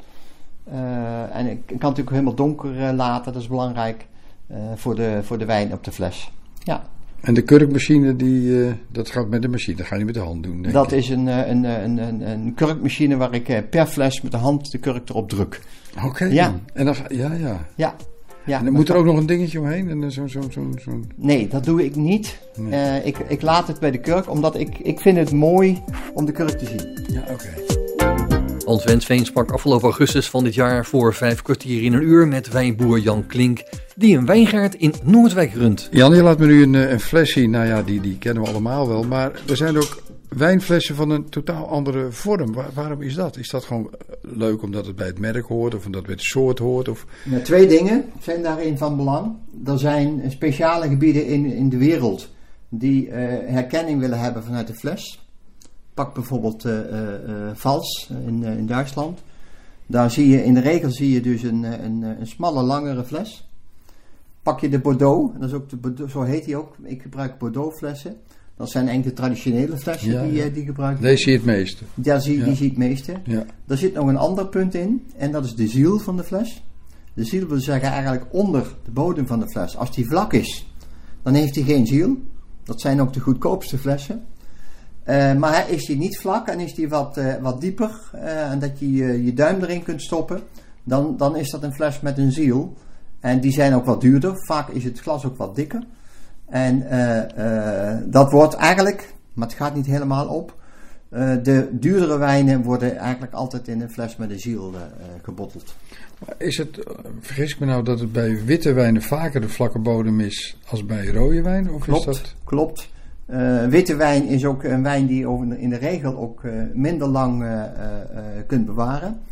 En ik kan natuurlijk helemaal donker laten. Dat is belangrijk voor de wijn op de fles. Ja. En de kurkmachine, dat gaat met de machine, dat ga je niet met de hand doen, denk dat is een kurkmachine waar ik per fles met de hand de kurk erop druk. Oké. Ja. En dan, Ja. En dan moet er ook nog een dingetje omheen? En zo'n... Nee, dat doe ik niet. Nee. Ik laat het bij de kurk, omdat ik vind het mooi om de kurk te zien. Ja, oké. Hans Wensveen sprak afgelopen augustus van dit jaar voor 5 kwartier in een uur met wijnboer Jan Klink, die een wijngaard in Noordwijk runt. Jan, je laat me nu een fles zien. Nou ja, die kennen we allemaal wel. Maar er zijn ook wijnflessen van een totaal andere vorm. Waarom is dat? Is dat gewoon leuk omdat het bij het merk hoort of omdat het bij de soort hoort? Of... Ja, 2 dingen zijn daarin van belang. Er zijn speciale gebieden in de wereld die herkenning willen hebben vanuit de fles. Pak bijvoorbeeld Vals in Duitsland. Daar zie je in de regel dus een smalle, langere fles. Pak je de Bordeaux, dat is ook zo heet die ook. Ik gebruik Bordeaux flessen. Dat zijn enkele traditionele flessen die gebruikt worden. Deze zie je het meeste. Ja, die zie ik het meeste. Ja. Daar zit nog een ander punt in. En dat is de ziel van de fles. De ziel wil zeggen eigenlijk onder de bodem van de fles. Als die vlak is, dan heeft hij geen ziel. Dat zijn ook de goedkoopste flessen. Maar is die niet vlak en is die wat dieper en dat je je duim erin kunt stoppen, dan is dat een fles met een ziel. En die zijn ook wat duurder. Vaak is het glas ook wat dikker. En dat wordt eigenlijk, maar het gaat niet helemaal op, de duurdere wijnen worden eigenlijk altijd in een fles met een ziel gebotteld. Is het, vergis ik me nou dat het bij witte wijnen vaker de vlakke bodem is als bij rode wijn? Of klopt, is dat... klopt. Witte wijn is ook een wijn die je in de regel ook minder lang kunt bewaren.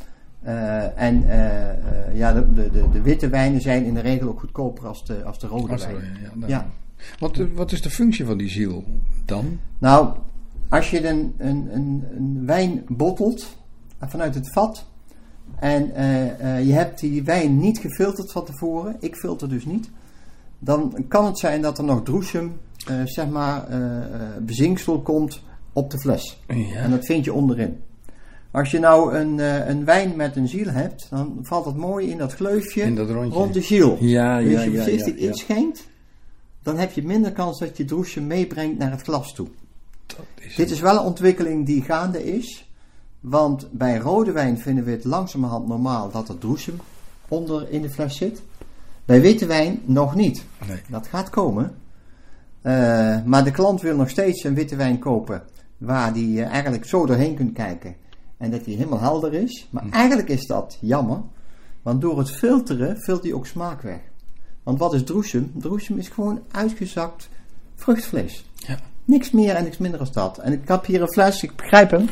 De witte wijnen zijn in de regel ook goedkoper als de rode wijn. Ja. Wat is de functie van die ziel dan? Nou, als je een wijn bottelt vanuit het vat en je hebt die wijn niet gefilterd van tevoren, ik filter dus niet, dan kan het zijn dat er nog droesem, bezinksel komt op de fles. Ja. En dat vind je onderin. Als je nou een wijn met een ziel hebt, dan valt het mooi in dat gleufje in dat rond de ziel. Ja, dus als je voorzichtig inschenkt, dan heb je minder kans dat je droesem meebrengt naar het glas toe. Dit is wel een ontwikkeling die gaande is, want bij rode wijn vinden we het langzamerhand normaal dat er droesem onder in de fles zit. Bij witte wijn nog niet. Nee. Dat gaat komen. Maar de klant wil nog steeds een witte wijn kopen waar die eigenlijk zo doorheen kunt kijken en dat die helemaal helder is. Maar eigenlijk is dat jammer, want door het filteren filtert die ook smaak weg. Want wat is droesem? Droesem is gewoon uitgezakt vruchtvlees. Ja. Niks meer en niks minder als dat. En ik heb hier een fles, ik begrijp hem,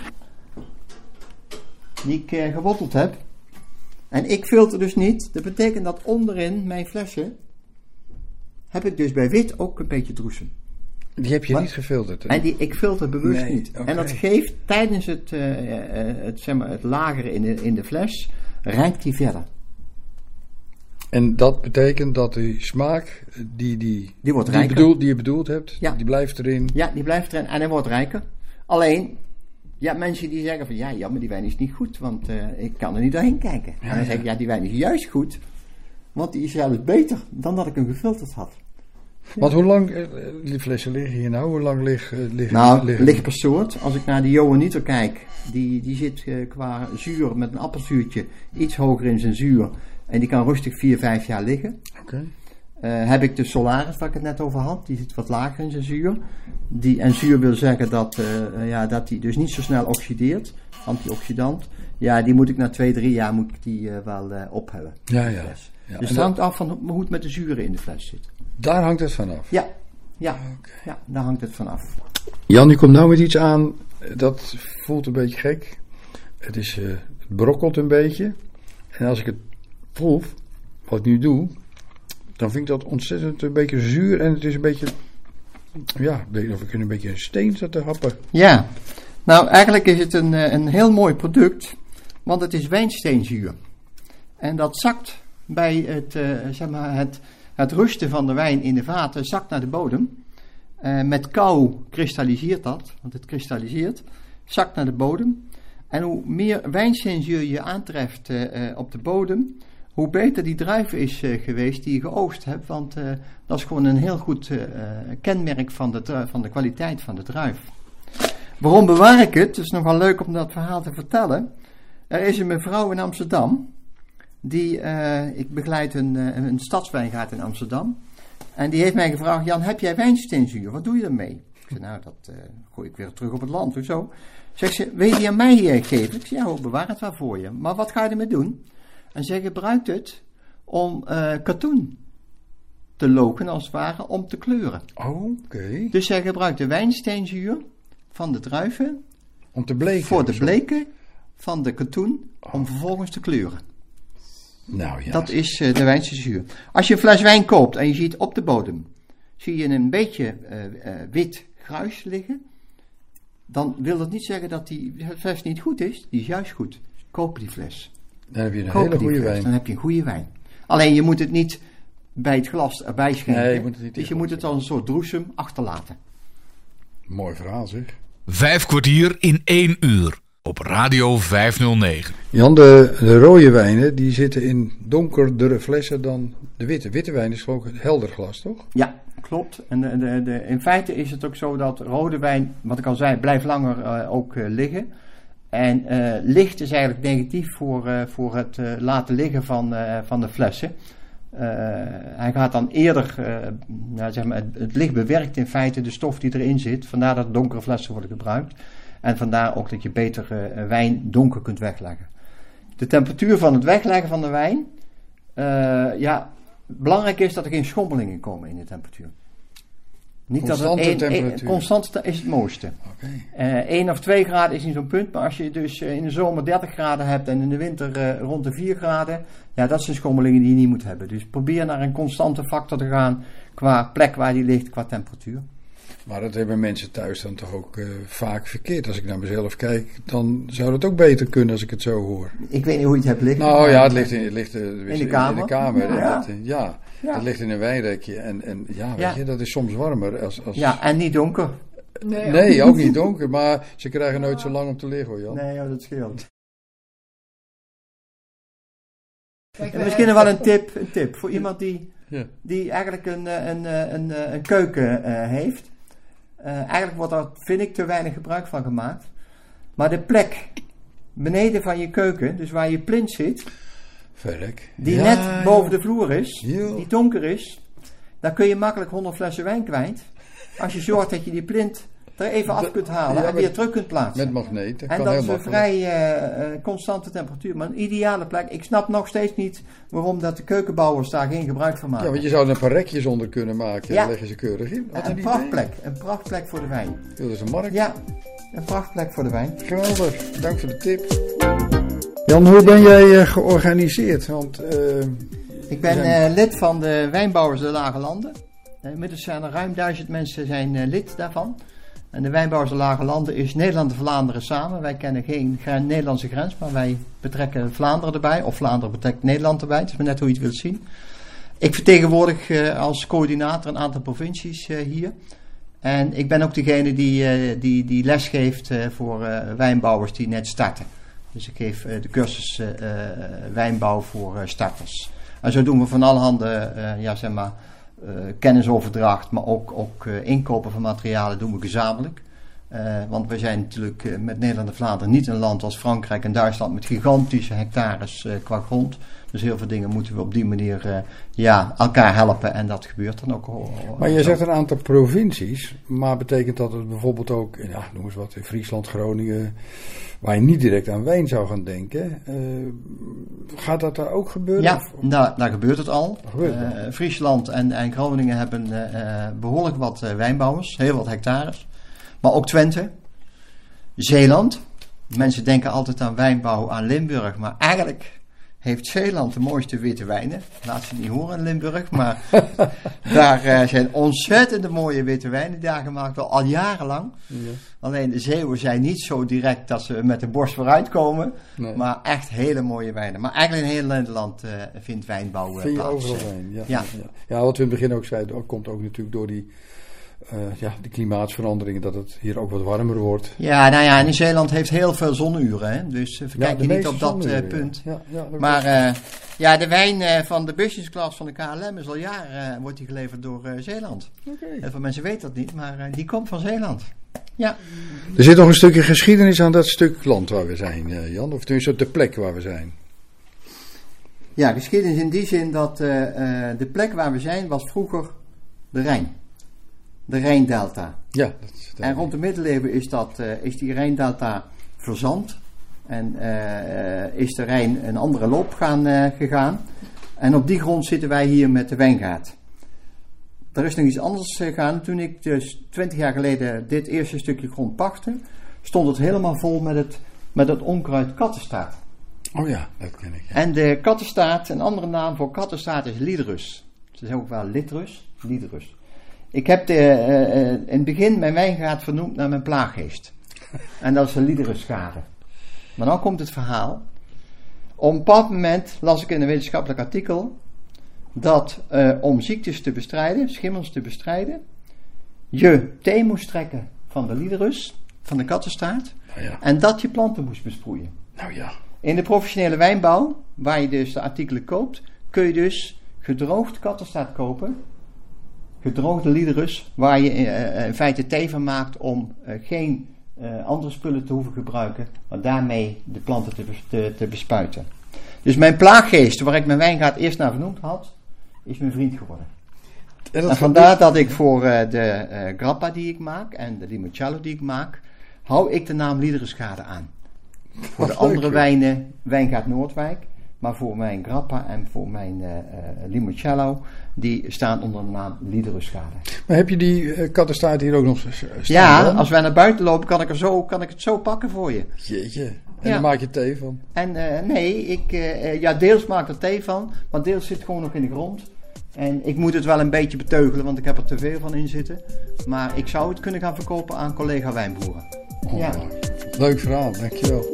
die ik gebotteld heb. En ik filter dus niet. Dat betekent dat onderin mijn flesje heb ik dus bij wit ook een beetje droesem. Die heb je niet gefilterd? Hè? En ik filter bewust niet. Okay. En dat geeft tijdens het lageren in de fles, rijkt die verder. En dat betekent dat die smaak die wordt rijker. Die je bedoeld hebt, die blijft erin? Ja, die blijft erin en hij wordt rijker. Alleen, mensen die zeggen van maar die wijn is niet goed, want ik kan er niet doorheen kijken. En dan zeg ik, die wijn is juist goed, want die is zelfs beter dan dat ik hem gefilterd had. Ja. Want hoe lang, die flessen liggen hier nou, hoe lang liggen? Ligt per soort. Als ik naar de Johanniter kijk, die zit qua zuur met een appelzuurtje iets hoger in zijn zuur. En die kan rustig 4-5 jaar liggen. Okay. Heb ik de Solaris, waar ik het net over had, die zit wat lager in zijn zuur. En zuur wil zeggen dat die dus niet zo snel oxideert, antioxidant. Ja, die moet ik na 2-3 jaar wel ophellen. Ja. Dus het hangt af van hoe het met de zuren in de fles zit. Daar hangt het vanaf? Ja, daar hangt het vanaf. Jan, je komt nou met iets aan, dat voelt een beetje gek. Het brokkelt een beetje. En als ik het proef, wat ik nu doe, dan vind ik dat ontzettend een beetje zuur. En het is een beetje, of ik een beetje een steen zat te happen. Ja, nou eigenlijk is het een heel mooi product, want het is wijnsteenzuur. En dat zakt bij het rusten van de wijn in de vaten, zakt naar de bodem. Met kou kristalliseert dat, want het kristalliseert, zakt naar de bodem. En hoe meer wijnsteenzuur je aantreft op de bodem, hoe beter die druif is geweest die je geoogst hebt. Want dat is gewoon een heel goed kenmerk van de kwaliteit van de druif. Waarom bewaar ik het? Het is nogal leuk om dat verhaal te vertellen. Er is een mevrouw in Amsterdam. Ik begeleid een stadswijngaard in Amsterdam. En die heeft mij gevraagd, Jan, heb jij wijnsteenzuur? Wat doe je ermee? Ik zei, nou, dat gooi ik weer terug op het land of zo. Zegt ze, wil je die aan mij geven? Ik zei, bewaar het wel voor je. Maar wat ga je ermee doen? En zij gebruikt het om katoen te loken, als het ware, om te kleuren. Oké. Dus zij gebruikt de wijnsteenzuur van de druiven om te bleken. Voor de bleken van de katoen, om vervolgens te kleuren. Nou ja. Dat is de wijnsteenzuur. Als je een fles wijn koopt en je ziet op de bodem, zie je een beetje wit gruis liggen, dan wil dat niet zeggen dat die fles niet goed is. Die is juist goed. Koop die fles. Dan heb je een hele goede wijn. Dan heb je een goede wijn. Alleen je moet het niet bij het glas erbij schenken. Nee, je moet het niet. Dus je moet het als een soort droesem achterlaten. Mooi verhaal zeg. 5 kwartier in 1 uur. Op Radio 509. Jan, de rode wijnen die zitten in donkerdere flessen dan de witte. Witte wijn is gewoon helder glas, toch? Ja, klopt. En in feite is het ook zo dat rode wijn, wat ik al zei, blijft langer ook liggen. En licht is eigenlijk negatief voor het laten liggen van de flessen. Hij gaat dan eerder, het licht bewerkt in feite de stof die erin zit. Vandaar dat donkere flessen worden gebruikt. En vandaar ook dat je beter wijn donker kunt wegleggen. De temperatuur van het wegleggen van de wijn. Belangrijk is dat er geen schommelingen komen in de temperatuur. Niet Constante dat temperatuur. Constante is het mooiste. Oké. 1 of 2 graden is niet zo'n punt, maar als je dus in de zomer 30 graden hebt en in de winter rond de 4 graden, ja, dat zijn schommelingen die je niet moet hebben. Dus probeer naar een constante factor te gaan qua plek waar die ligt, qua temperatuur. Maar dat hebben mensen thuis dan toch ook vaak verkeerd. Als ik naar mezelf kijk, dan zou dat ook beter kunnen als ik het zo hoor. Ik weet niet hoe je het hebt liggen. Nou ja, het ligt in de kamer. In de kamer. Ja. Ja. Het ligt in een wijnrekje. En ja, weet je, dat is soms warmer. Als... Ja, en niet donker. Nee, ook niet donker. Maar ze krijgen nooit zo lang om te liggen, hoor, Jan. Nee, dat scheelt. En misschien nog wel een tip voor iemand die eigenlijk een keuken heeft. Eigenlijk wordt er, vind ik, te weinig gebruik van gemaakt. Maar de plek beneden van je keuken, dus waar je plint zit, Verrek. die net boven de vloer is, Jo. die donker is, daar kun je makkelijk 100 flessen wijn kwijt. Als je zorgt dat je die plint er even af kunt halen en weer terug kunt plaatsen. Met magneten. En dat is een vrij constante temperatuur. Maar een ideale plek. Ik snap nog steeds niet waarom dat de keukenbouwers daar geen gebruik van maken. Ja, want je zou er een paar rekjes onder kunnen maken. Ja. Dan leg je ze keurig in. Wat Een prachtplek. Een prachtplek voor de wijn. Dat is een markt. Ja, een prachtplek voor de wijn. Geweldig. Dank voor de tip. Jan, hoe ben jij georganiseerd? Want Ik ben lid van de Wijnbouwers de Lage Landen. Inmiddels zijn er ruim 1000 mensen zijn lid daarvan. En de Wijnbouwers de Lage Landen is Nederland en Vlaanderen samen. Wij kennen geen Nederlandse grens, maar wij betrekken Vlaanderen erbij. Of Vlaanderen betrekt Nederland erbij. Het is maar net hoe je het wilt zien. Ik vertegenwoordig als coördinator een aantal provincies hier. En ik ben ook degene die les geeft voor wijnbouwers die net starten. Dus ik geef de cursus wijnbouw voor starters. En zo doen we van allerhande, kennisoverdracht, maar ook inkopen van materialen doen we gezamenlijk. Want we zijn natuurlijk met Nederland en Vlaanderen niet een land als Frankrijk en Duitsland met gigantische hectares qua grond. Dus heel veel dingen moeten we op die manier elkaar helpen en dat gebeurt dan ook. Maar je zegt een aantal provincies, maar betekent dat het bijvoorbeeld ook, noem eens wat, in Friesland, Groningen, waar je niet direct aan wijn zou gaan denken. Gaat dat daar ook gebeuren? Ja, daar gebeurt het al. Friesland en Groningen hebben behoorlijk wat wijnbouwers, heel wat hectares. Maar ook Twente, Zeeland. Mensen denken altijd aan wijnbouw aan Limburg, maar eigenlijk heeft Zeeland de mooiste witte wijnen. Laat ze niet horen in Limburg, maar daar zijn ontzettende mooie witte wijnen daar gemaakt, al jarenlang. Ja. Alleen de Zeeuwen zijn niet zo direct dat ze met de borst vooruit komen, maar echt hele mooie wijnen. Maar eigenlijk in heel Nederland vindt wijnbouw plaats. Vind je overal wijn, ja, wat we in het begin ook zeiden, komt ook natuurlijk door die klimaatsveranderingen, dat het hier ook wat warmer wordt. Ja, nou ja, en in Zeeland heeft heel veel zonuren, hè? Dus verkijk je niet op dat punt. Ja, maar de wijn van de business class van de KLM is al jaren wordt die geleverd door Zeeland. Okay. Heel veel mensen weten dat niet, maar die komt van Zeeland. Ja. Er zit nog een stukje geschiedenis aan dat stuk land waar we zijn, Jan, of tenminste de plek waar we zijn. Ja, geschiedenis in die zin dat de plek waar we zijn was vroeger de Rijn. De Rijndelta. Ja, en rond de middeleeuwen is die Rijndelta verzand. En is de Rijn een andere loop gegaan. En op die grond zitten wij hier met de wijngaard. Er is nog iets anders gegaan. Toen ik dus 20 jaar geleden dit eerste stukje grond pachtte, stond het helemaal vol met het onkruid kattenstaart. Oh ja, dat ken ik. Ja. En de kattenstaart, een andere naam voor kattenstaart is liederus. Ze zeggen ook wel liederus. Ik heb in het begin mijn wijngaard vernoemd naar mijn plaaggeest. En dat is de liederusschade. Maar dan komt het verhaal. Op een bepaald moment las ik in een wetenschappelijk artikel dat om ziektes te bestrijden, schimmels te bestrijden, je thee moest trekken van de liederus, van de kattenstaart, en dat je planten moest besproeien. Nou ja. In de professionele wijnbouw, waar je dus de artikelen koopt, kun je dus gedroogd kattenstaart kopen. Gedroogde liederus, waar je in feite thee van maakt om geen andere spullen te hoeven gebruiken, maar daarmee de planten te bespuiten. Dus mijn plaaggeest, waar ik mijn wijngaard eerst naar vernoemd had, is mijn vriend geworden. En vandaar dat ik voor de grappa die ik maak en de limoncello die ik maak, hou ik de naam liederusschade aan. Voor de andere wijnen, Wijngaard Noordwijk, Maar voor mijn grappa en voor mijn limoncello, die staan onder de naam Liederusschade. Maar heb je die kattenstaart hier ook nog staan? Ja, dan? als wij naar buiten lopen, kan ik het zo pakken voor je. Jeetje. En Ja. dan maak je thee van. En nee, deels maak ik er thee van, maar deels zit gewoon nog in de grond. En ik moet het wel een beetje beteugelen, want ik heb er te veel van in zitten. Maar ik zou het kunnen gaan verkopen aan collega wijnboeren. Oh, Ja. Leuk verhaal, dankjewel.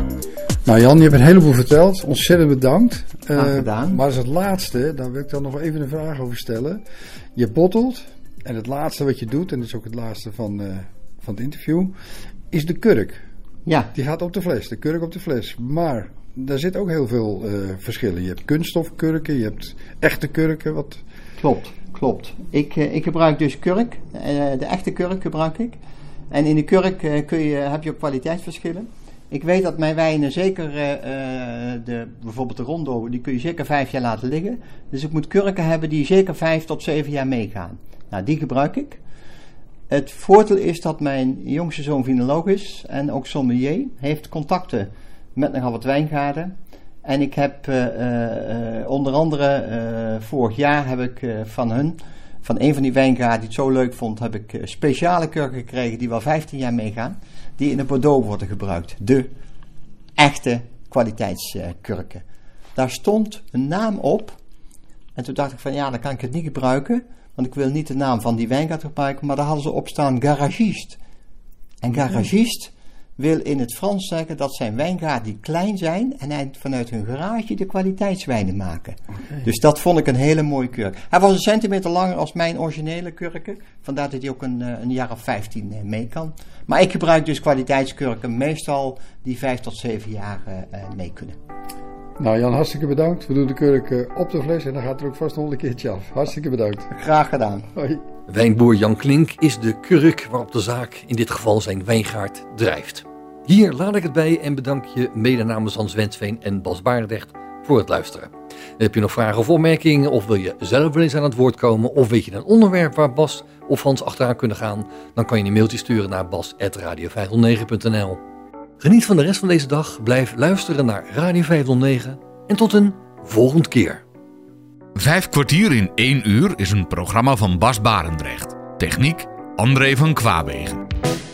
Nou Jan, je hebt een heleboel verteld. Ontzettend bedankt. Graag gedaan. Maar als het laatste, daar wil ik dan nog even een vraag over stellen. Je bottelt en het laatste wat je doet, en dat is ook het laatste van het interview, is de kurk. Ja. Die gaat op de fles, de kurk op de fles. Maar daar zit ook heel veel verschillen. Je hebt kunststofkurken, je hebt echte kurken. Wat... Klopt. Ik gebruik dus kurk. De echte kurk gebruik ik. En in de kurk heb je ook kwaliteitsverschillen. Ik weet dat mijn wijnen zeker, bijvoorbeeld de Rondo, die kun je zeker 5 jaar laten liggen. Dus ik moet kurken hebben die zeker 5 tot 7 jaar meegaan. Nou, die gebruik ik. Het voordeel is dat mijn jongste zoon vinoloog is en ook sommelier. Heeft contacten met nogal wat wijngaarden. En ik heb onder andere vorig jaar heb ik van een van die wijngaarden die het zo leuk vond, heb ik speciale kurken gekregen die wel 15 jaar meegaan. Die in de Bordeaux worden gebruikt. De echte kwaliteitskurken. Daar stond een naam op. En toen dacht ik van ja, dan kan ik het niet gebruiken. Want ik wil niet de naam van die wijngaard gebruiken. Maar daar hadden ze op staan garagiste. En garagiste wil in het Frans zeggen dat zijn wijngaarden die klein zijn. En vanuit hun garage de kwaliteitswijnen maken. Okay. Dus dat vond ik een hele mooie kurk. Hij was 1 centimeter langer als mijn originele kurken. Vandaar dat hij ook een jaar of 15 mee kan. Maar ik gebruik dus kwaliteitskurken meestal die 5 tot 7 jaar mee kunnen. Nou Jan, hartstikke bedankt. We doen de kurk op de fles en dan gaat er ook vast nog een keertje af. Hartstikke bedankt. Graag gedaan. Hoi. Wijnboer Jan Klink is de kurk waarop de zaak, in dit geval zijn wijngaard, drijft. Hier laat ik het bij en bedank je mede namens Hans Wensveen en Bas Barendrecht voor het luisteren. Heb je nog vragen of opmerkingen of wil je zelf wel eens aan het woord komen of weet je een onderwerp waar Bas of Hans achteraan kunnen gaan, dan kan je een mailtje sturen naar bas@radio509.nl. Geniet van de rest van deze dag, blijf luisteren naar Radio 509 en tot een volgende keer. 5 kwartier in 1 uur is een programma van Bas Barendrecht. Techniek André van Kwaabegen.